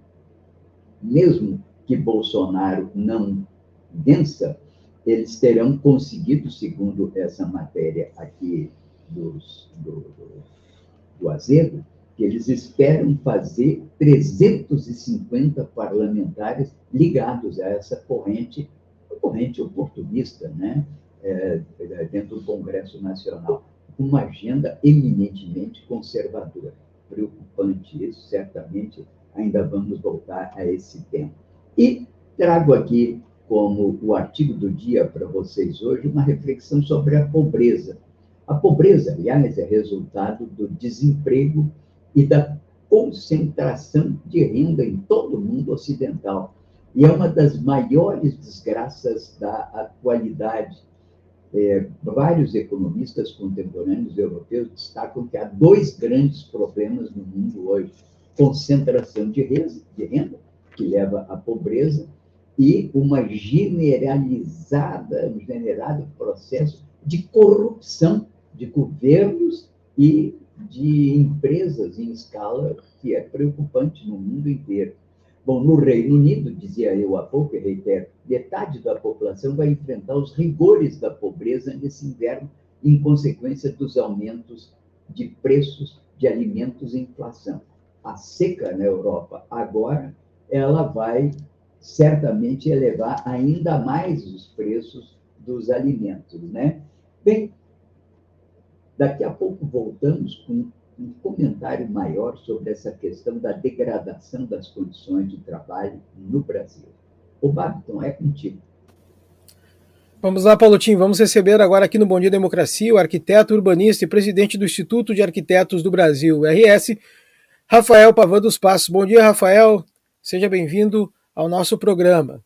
mesmo que Bolsonaro não vença, eles terão conseguido, segundo essa matéria aqui dos, do, do, do Azedo, que eles esperam fazer trezentos e cinquenta parlamentares ligados a essa corrente, a corrente oportunista, né? É, dentro do Congresso Nacional, uma agenda eminentemente conservadora. Preocupante isso, certamente ainda vamos voltar a esse tema. E trago aqui, como o artigo do dia para vocês hoje, uma reflexão sobre a pobreza. A pobreza, aliás, é resultado do desemprego e da concentração de renda em todo o mundo ocidental. E é uma das maiores desgraças da atualidade. É, vários economistas contemporâneos europeus destacam que há dois grandes problemas no mundo hoje: concentração de renda, que leva à pobreza, e uma generalizada, um generado processo de corrupção de governos e de empresas em escala que é preocupante no mundo inteiro. Bom, no Reino Unido, dizia eu há pouco, e reitero, metade da população vai enfrentar os rigores da pobreza nesse inverno, em consequência dos aumentos de preços de alimentos e inflação. A seca na Europa agora, ela vai certamente elevar ainda mais os preços dos alimentos, né? Bem, daqui a pouco voltamos com um comentário maior sobre essa questão da degradação das condições de trabalho no Brasil. O Babiton, é contigo. Vamos lá, Paulotinho, vamos receber agora aqui no Bom Dia Democracia o arquiteto, urbanista e presidente do Instituto de Arquitetos do Brasil, R S, Rafael Pavan dos Passos. Bom dia, Rafael, seja bem-vindo ao nosso programa.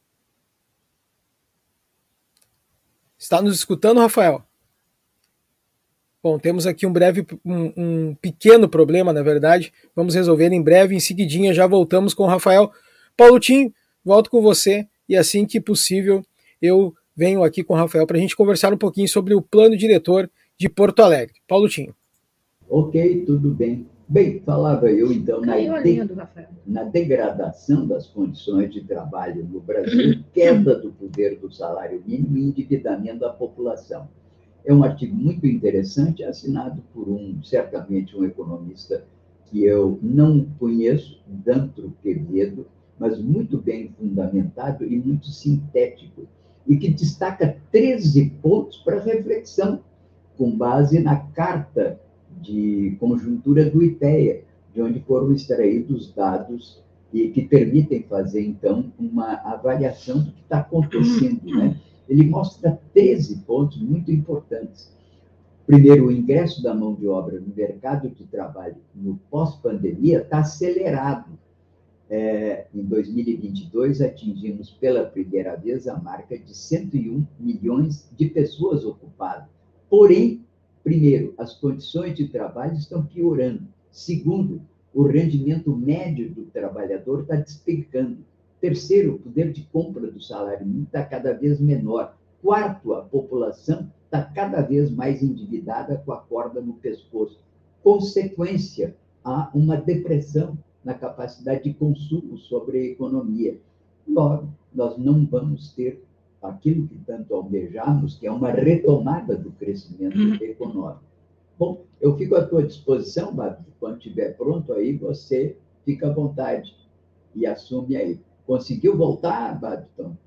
Está nos escutando, Rafael? Bom, temos aqui um breve, um, um pequeno problema, na verdade. Vamos resolver em breve, em seguidinha já voltamos com o Rafael. Paulotinho, volto com você e assim que possível eu venho aqui com o Rafael para a gente conversar um pouquinho sobre o plano diretor de Porto Alegre. Paulotinho. Ok, tudo bem. Bem, falava eu, então, na, Caiu a de, linha do Rafael. na degradação das condições de trabalho no Brasil, queda do poder do salário mínimo e endividamento da população. É um artigo muito interessante, assinado por um, certamente, um economista que eu não conheço, Dantro Quevedo, mas muito bem fundamentado e muito sintético, e que destaca treze pontos para reflexão, com base na carta de conjuntura do IPEA, de onde foram extraídos dados e que permitem fazer, então, uma avaliação do que está acontecendo, né? Ele mostra treze pontos muito importantes. Primeiro, o ingresso da mão de obra no mercado de trabalho no pós-pandemia está acelerado. É, em dois mil e vinte e dois, atingimos pela primeira vez a marca de cento e um milhões de pessoas ocupadas. Porém, primeiro, as condições de trabalho estão piorando. Segundo, o rendimento médio do trabalhador está despencando. Terceiro, o poder de compra do salário mínimo está cada vez menor. Quarto, a população está cada vez mais endividada com a corda no pescoço. Consequência, há uma depressão na capacidade de consumo sobre a economia. Logo, nós não vamos ter aquilo que tanto almejamos, que é uma retomada do crescimento econômico. Bom, eu fico à tua disposição, Babiton. Quando estiver pronto aí, você fica à vontade e assume aí. Conseguiu voltar, Babiton?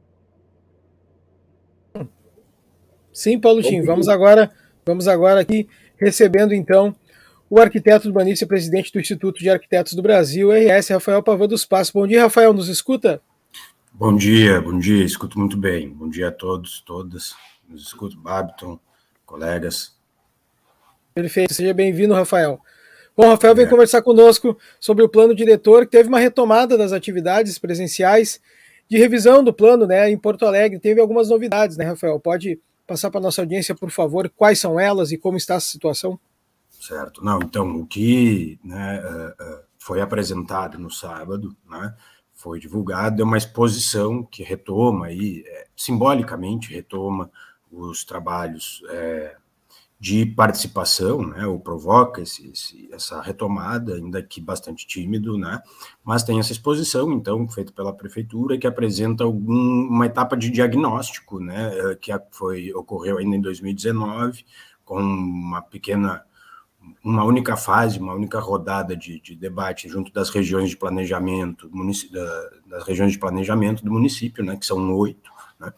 Sim, Paulo Tim, vamos agora, vamos agora aqui recebendo então o arquiteto urbanista e presidente do Instituto de Arquitetos do Brasil, R S, Rafael Pavão dos Passos. Bom dia, Rafael, nos escuta? Bom dia, bom dia, escuto muito bem. Bom dia a todos, todas. Nos escuto, Babiton, colegas. Perfeito, seja bem-vindo, Rafael. Bom, Rafael vem é. conversar conosco sobre o plano diretor, que teve uma retomada das atividades presenciais de revisão do plano, né, em Porto Alegre. Teve algumas novidades, né, Rafael? Pode passar para a nossa audiência, por favor, quais são elas e como está a situação? Certo. Não, então, o que, né, foi apresentado no sábado, né, foi divulgado, é uma exposição que retoma, aí, é, simbolicamente retoma os trabalhos é, de participação, né, ou provoca esse, esse, essa retomada, ainda que bastante tímido, né, mas tem essa exposição, então, feita pela prefeitura, que apresenta algum, uma etapa de diagnóstico, né, que foi, ocorreu ainda em dois mil e dezenove, com uma pequena uma única fase, uma única rodada de, de debate junto das regiões de planejamento, da, das regiões de planejamento do município, né, que são oito, né,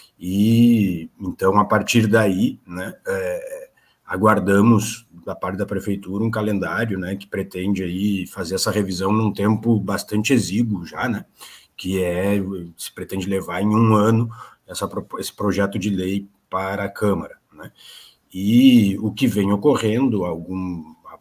e então, a partir daí, né, é, aguardamos da parte da prefeitura um calendário, né, que pretende aí fazer essa revisão num tempo bastante exíguo já, né, que é, se pretende levar em um ano essa, esse projeto de lei para a Câmara, né. E o que vem ocorrendo há algum,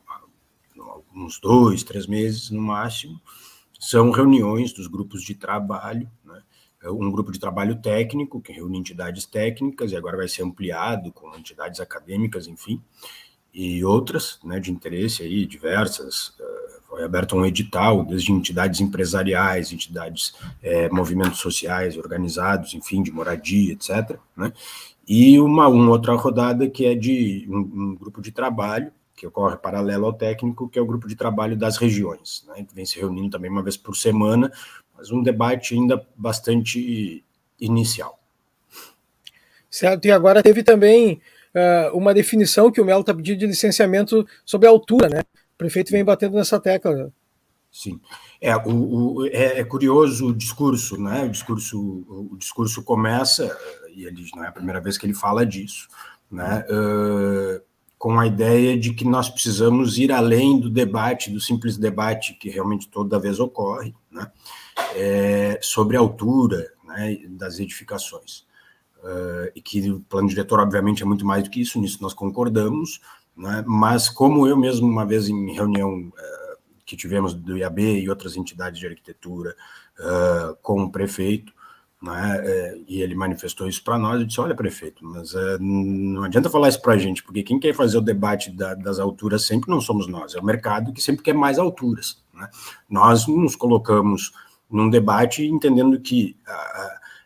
alguns dois, três meses no máximo, são reuniões dos grupos de trabalho, né? Um grupo de trabalho técnico, que reúne entidades técnicas, e agora vai ser ampliado com entidades acadêmicas, enfim, e outras, né, de interesse aí, diversas. Foi aberto um edital, desde entidades empresariais, entidades, é, movimentos sociais organizados, enfim, de moradia, etcétera, né? E uma, uma outra rodada que é de um, um grupo de trabalho, que ocorre paralelo ao técnico, que é o grupo de trabalho das regiões, né, que vem se reunindo também uma vez por semana, mas um debate ainda bastante inicial. Certo, e agora teve também uh, uma definição que o Melo está pedindo de licenciamento sobre a altura, né? O prefeito vem batendo nessa tecla. Sim, é, o, o, é, é curioso o discurso, né? O discurso, o discurso começa, e ele não é a primeira vez que ele fala disso, né? Uh, com a ideia de que nós precisamos ir além do debate, do simples debate que realmente toda vez ocorre, né? É, sobre a altura, né, das edificações. Uh, e que o plano diretor, obviamente, é muito mais do que isso, nisso nós concordamos, né? Mas como eu mesmo, uma vez em reunião uh, que tivemos do I A B e outras entidades de arquitetura uh, com o prefeito, né, uh, e ele manifestou isso para nós, eu disse, olha, prefeito, mas uh, não adianta falar isso para a gente, porque quem quer fazer o debate da, das alturas sempre não somos nós, é o mercado que sempre quer mais alturas, né? Nós nos colocamos num debate entendendo que a,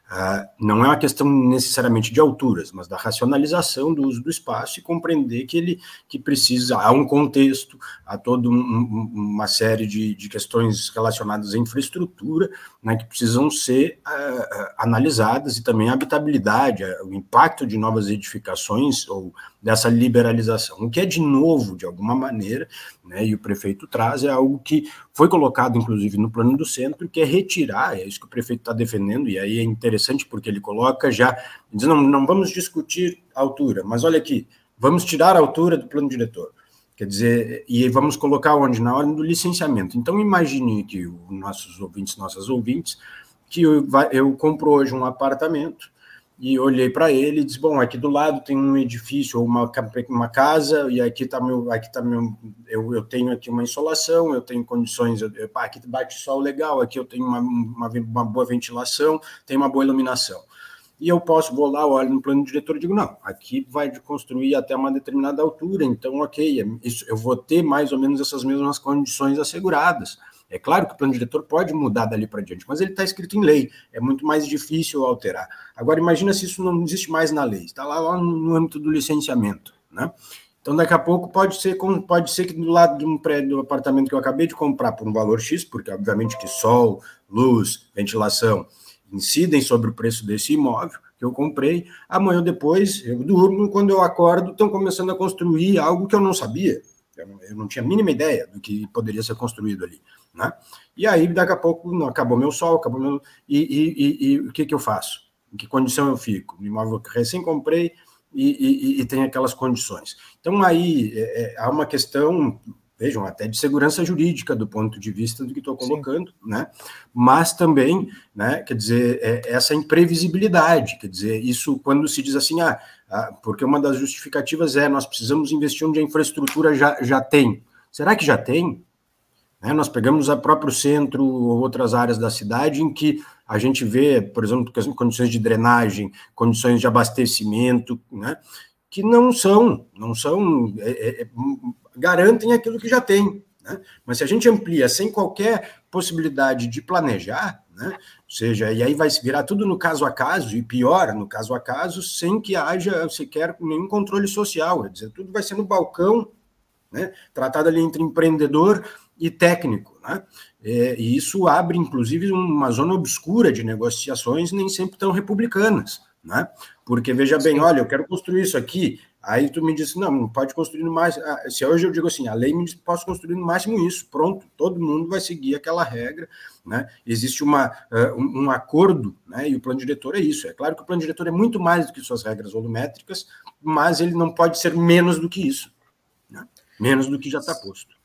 Uh, não é uma questão necessariamente de alturas, mas da racionalização do uso do espaço e compreender que ele que precisa, há um contexto, há toda um, uma série de, de questões relacionadas à infraestrutura, né, que precisam ser uh, analisadas, e também a habitabilidade, o impacto de novas edificações ou dessa liberalização. O que é de novo, de alguma maneira, né, e o prefeito traz, é algo que foi colocado, inclusive, no plano do centro, que é retirar, é isso que o prefeito está defendendo, e aí é interessante porque ele coloca já, diz, não, não vamos discutir a altura, mas olha aqui, vamos tirar a altura do plano diretor. Quer dizer, e vamos colocar onde? Na ordem do licenciamento. Então, imagine que os nossos ouvintes, nossas ouvintes, que eu, eu compro hoje um apartamento, e olhei para ele e disse, bom, aqui do lado tem um edifício ou uma, uma casa, e aqui está meu, aqui tá meu, eu, eu tenho aqui uma insolação, eu tenho condições, eu, eu, aqui bate sol legal, aqui eu tenho uma, uma, uma boa ventilação, tem uma boa iluminação. E eu posso, vou lá, olho no plano diretor e digo, não, aqui vai construir até uma determinada altura, então, ok, isso, eu vou ter mais ou menos essas mesmas condições asseguradas. É claro que o plano diretor pode mudar dali para diante, mas ele está escrito em lei, é muito mais difícil alterar. Agora, imagina se isso não existe mais na lei, está lá, lá no, no âmbito do licenciamento, né? Então, daqui a pouco, pode ser, pode ser que do lado de um prédio, do apartamento que eu acabei de comprar por um valor X, porque, obviamente, que sol, luz, ventilação incidem sobre o preço desse imóvel que eu comprei, amanhã ou depois, eu durmo, quando eu acordo, estão começando a construir algo que eu não sabia. Eu não tinha a mínima ideia do que poderia ser construído ali, né? E aí, daqui a pouco, não, acabou meu sol, acabou meu... E, e, e, e o que, que eu faço? Em que condição eu fico? No imóvel que recém comprei e, e, e tem aquelas condições. Então, aí, é, é, há uma questão, vejam, até de segurança jurídica do ponto de vista do que estou colocando, Sim. né? Mas também, né, quer dizer, é, essa imprevisibilidade, quer dizer, isso quando se diz assim, ah, ah, porque uma das justificativas é nós precisamos investir onde a infraestrutura já, já tem. Será que já tem? Né, nós pegamos o próprio centro ou outras áreas da cidade em que a gente vê, por exemplo, condições de drenagem, condições de abastecimento, né, que não são, não são, é, é, garantem aquilo que já tem, né? Mas se a gente amplia sem qualquer possibilidade de planejar, né, ou seja, e aí vai se virar tudo no caso a caso, e pior, no caso a caso, sem que haja sequer nenhum controle social, quer dizer, tudo vai ser no balcão, né, tratado ali entre empreendedor e técnico, né? É, e isso abre, inclusive, uma zona obscura de negociações nem sempre tão republicanas, né? Porque, veja bem, Sim. olha, eu quero construir isso aqui, aí tu me diz, não, não pode construir no máximo, se hoje eu digo assim, a lei me diz que posso construir no máximo isso, pronto, todo mundo vai seguir aquela regra, né? Existe uma, uh, um, um acordo, né? E o plano diretor é isso, é claro que o plano diretor é muito mais do que suas regras volumétricas, mas ele não pode ser menos do que isso, né? Menos do que já está posto.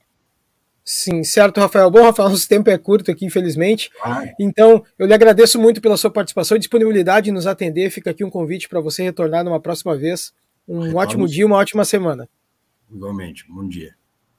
Sim, certo, Rafael. Bom, Rafael, nosso tempo é curto aqui, infelizmente. Ah. Então, eu lhe agradeço muito pela sua participação e disponibilidade em nos atender. Fica aqui um convite para você retornar numa próxima vez. Um Retorno ótimo dia, uma ótima semana. Igualmente, bom dia.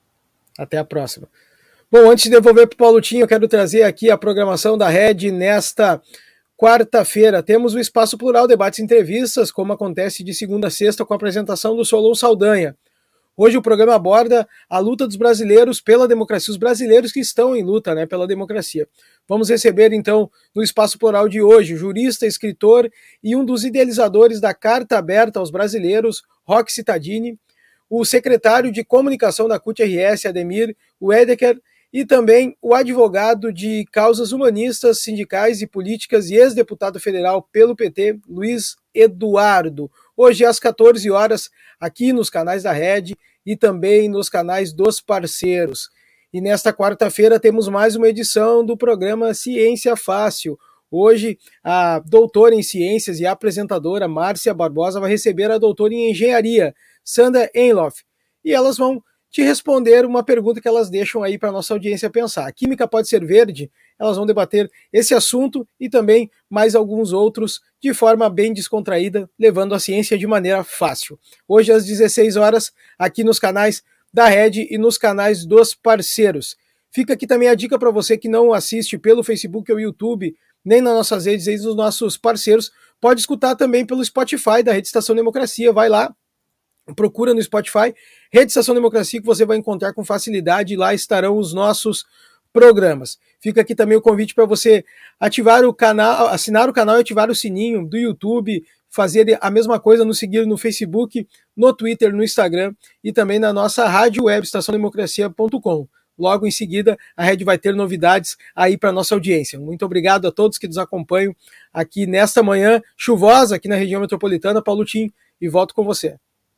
Até a próxima. Bom, antes de devolver para o Paulo Tim, eu quero trazer aqui a programação da Rede nesta quarta-feira. Temos o Espaço Plural, debates e entrevistas, como acontece de segunda a sexta, com a apresentação do Solon Saldanha. Hoje o programa aborda a luta dos brasileiros pela democracia, os brasileiros que estão em luta, né, pela democracia. Vamos receber, então, no Espaço Plural de hoje, o jurista, escritor e um dos idealizadores da Carta Aberta aos Brasileiros, Roque Cittadini, o secretário de comunicação da C U T R S, Ademir Wedeker, e também o advogado de causas humanistas, sindicais e políticas e ex-deputado federal pelo P T, Luiz Eduardo. Hoje às quatorze horas, aqui nos canais da Rede e também nos canais dos parceiros. E nesta quarta-feira temos mais uma edição do programa Ciência Fácil. Hoje, a doutora em Ciências e apresentadora Márcia Barbosa vai receber a doutora em Engenharia, Sandra Enloff. E elas vão te responder uma pergunta que elas deixam aí para a nossa audiência pensar. A química pode ser verde? Elas vão debater esse assunto e também mais alguns outros de forma bem descontraída, levando a ciência de maneira fácil. Hoje às dezesseis horas, aqui nos canais da Rede e nos canais dos parceiros. Fica aqui também a dica para você que não assiste pelo Facebook ou YouTube, nem nas nossas redes, aí dos nossos parceiros, pode escutar também pelo Spotify da Rede Estação Democracia. Vai lá, procura no Spotify, Rede Estação Democracia, que você vai encontrar com facilidade, e lá estarão os nossos programas. Fica aqui também o convite para você ativar o canal, assinar o canal e ativar o sininho do YouTube, fazer a mesma coisa, nos seguir no Facebook, no Twitter, no Instagram e também na nossa rádio web, estação democracia ponto com. Logo em seguida, a Rede vai ter novidades aí para a nossa audiência. Muito obrigado a todos que nos acompanham aqui nesta manhã chuvosa aqui na região metropolitana. Paulo Tim, e volto com você.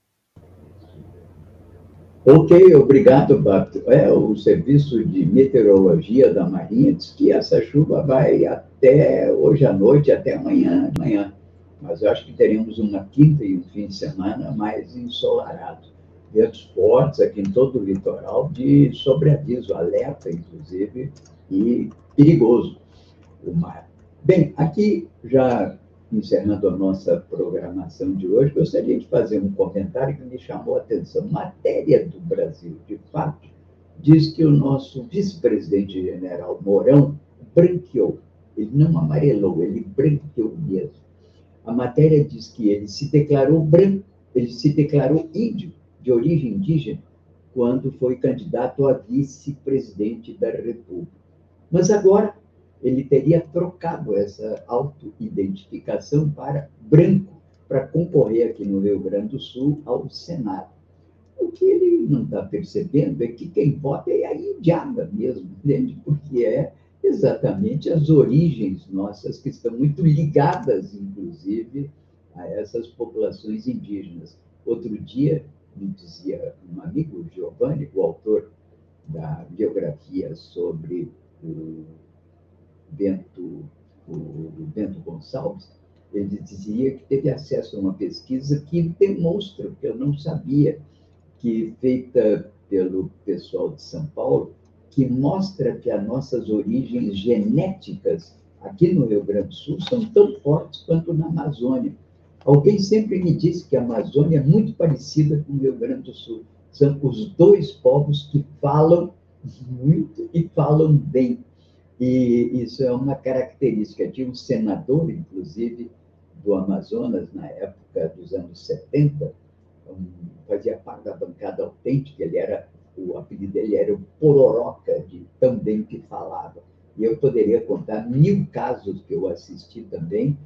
Ok, obrigado, Bato. É, o Serviço de Meteorologia da Marinha diz que essa chuva vai até hoje à noite, até amanhã de manhã. Mas eu acho que teremos uma quinta e um fim de semana mais ensolarado. Ventos fortes aqui em todo o litoral, de sobreaviso, alerta, inclusive, e perigoso o mar. Bem, aqui, já encerrando a nossa programação de hoje, gostaria de fazer um comentário que me chamou a atenção. Matéria do Brasil, de fato, diz que o nosso vice-presidente general Mourão branqueou. Ele não amarelou, ele branqueou mesmo. A matéria diz que ele se declarou branco, ele se declarou índio, de origem indígena, quando foi candidato a vice-presidente da República. Mas agora ele teria trocado essa auto-identificação para branco, para concorrer aqui no Rio Grande do Sul ao Senado. O que ele não está percebendo é que quem vota é a indiada mesmo, entende? Porque é exatamente as origens nossas que estão muito ligadas, inclusive, a essas populações indígenas. Outro dia, me dizia um amigo, Giovanni, o autor da biografia sobre o Bento, o Bento Gonçalves, ele dizia que teve acesso a uma pesquisa que demonstra, que eu não sabia, que feita pelo pessoal de São Paulo, que mostra que as nossas origens genéticas aqui no Rio Grande do Sul são tão fortes quanto na Amazônia. Alguém sempre me disse que a Amazônia é muito parecida com o Rio Grande do Sul. São os dois povos que falam muito e falam bem. E isso é uma característica. Tinha um senador, inclusive, do Amazonas, na época dos anos setenta, um, fazia parte da bancada autêntica, ele era, o apelido dele era o Pororoca, de tão bem que falava. E eu poderia contar mil casos que eu assisti também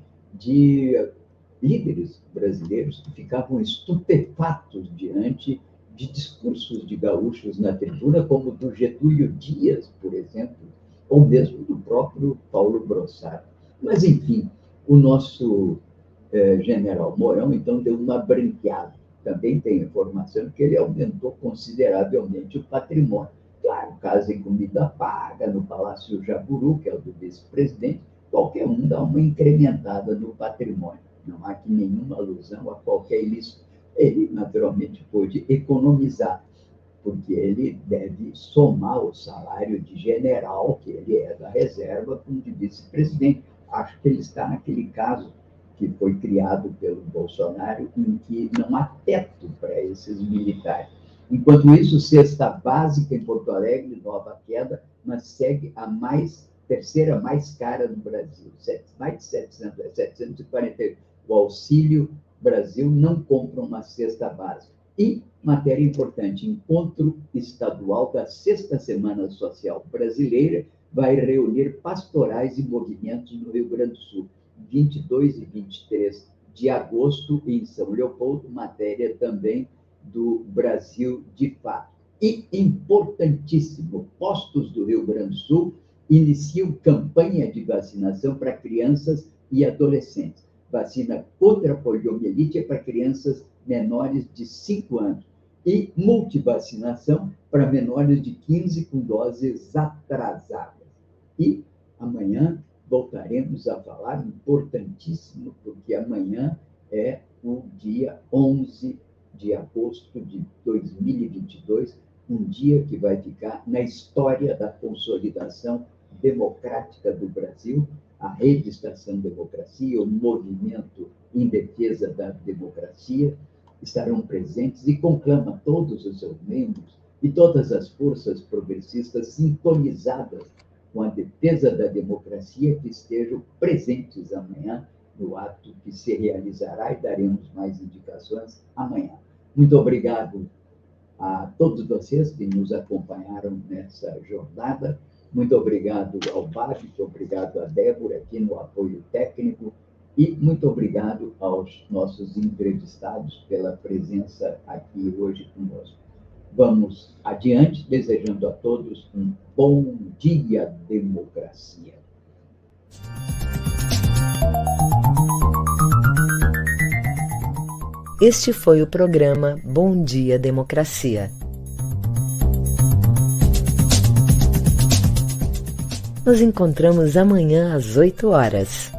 de líderes brasileiros que ficavam estupefatos diante de discursos de gaúchos na tribuna, como do Getúlio Dias, por exemplo, ou mesmo do próprio Paulo Brossard. Mas, enfim, o nosso eh, general Mourão, então, deu uma branqueada. Também tem informação que ele aumentou consideravelmente o patrimônio. Claro, casa em comida paga, no Palácio Jaburu, que é o do vice-presidente, qualquer um dá uma incrementada no patrimônio. Não há aqui nenhuma alusão a qualquer ilícito. Ele, naturalmente, pôde economizar, porque ele deve somar o salário de general, que ele é da reserva, com o de vice-presidente. Acho que ele está naquele caso que foi criado pelo Bolsonaro, em que não há teto para esses militares. Enquanto isso, cesta básica em Porto Alegre, nova queda, mas segue a mais, terceira mais cara do Brasil, mais de setecentos, setecentos e quarenta. O Auxílio Brasil não compra uma cesta básica. E, matéria importante, encontro estadual da Sexta Semana Social Brasileira vai reunir pastorais e movimentos no Rio Grande do Sul, vinte e dois e vinte e três de agosto, em São Leopoldo, matéria também do Brasil de Fato. E, importantíssimo, postos do Rio Grande do Sul iniciam campanha de vacinação para crianças e adolescentes. Vacina contra a poliomielite para crianças menores de cinco anos e multivacinação para menores de quinze com doses atrasadas. E amanhã voltaremos a falar, importantíssimo, porque amanhã é o dia onze de agosto de dois mil e vinte e dois, um dia que vai ficar na história da consolidação democrática do Brasil. A Rede Estação Democracia, o movimento em defesa da democracia, estarão presentes e conclama todos os seus membros e todas as forças progressistas sintonizadas com a defesa da democracia que estejam presentes amanhã no ato que se realizará e daremos mais indicações amanhã. Muito obrigado a todos vocês que nos acompanharam nessa jornada Muito obrigado ao Bárbara, muito obrigado a Débora aqui no apoio técnico e muito obrigado aos nossos entrevistados pela presença aqui hoje conosco. Vamos adiante, desejando a todos um bom dia, democracia. Este foi o programa Bom Dia Democracia. Nos encontramos amanhã às oito horas.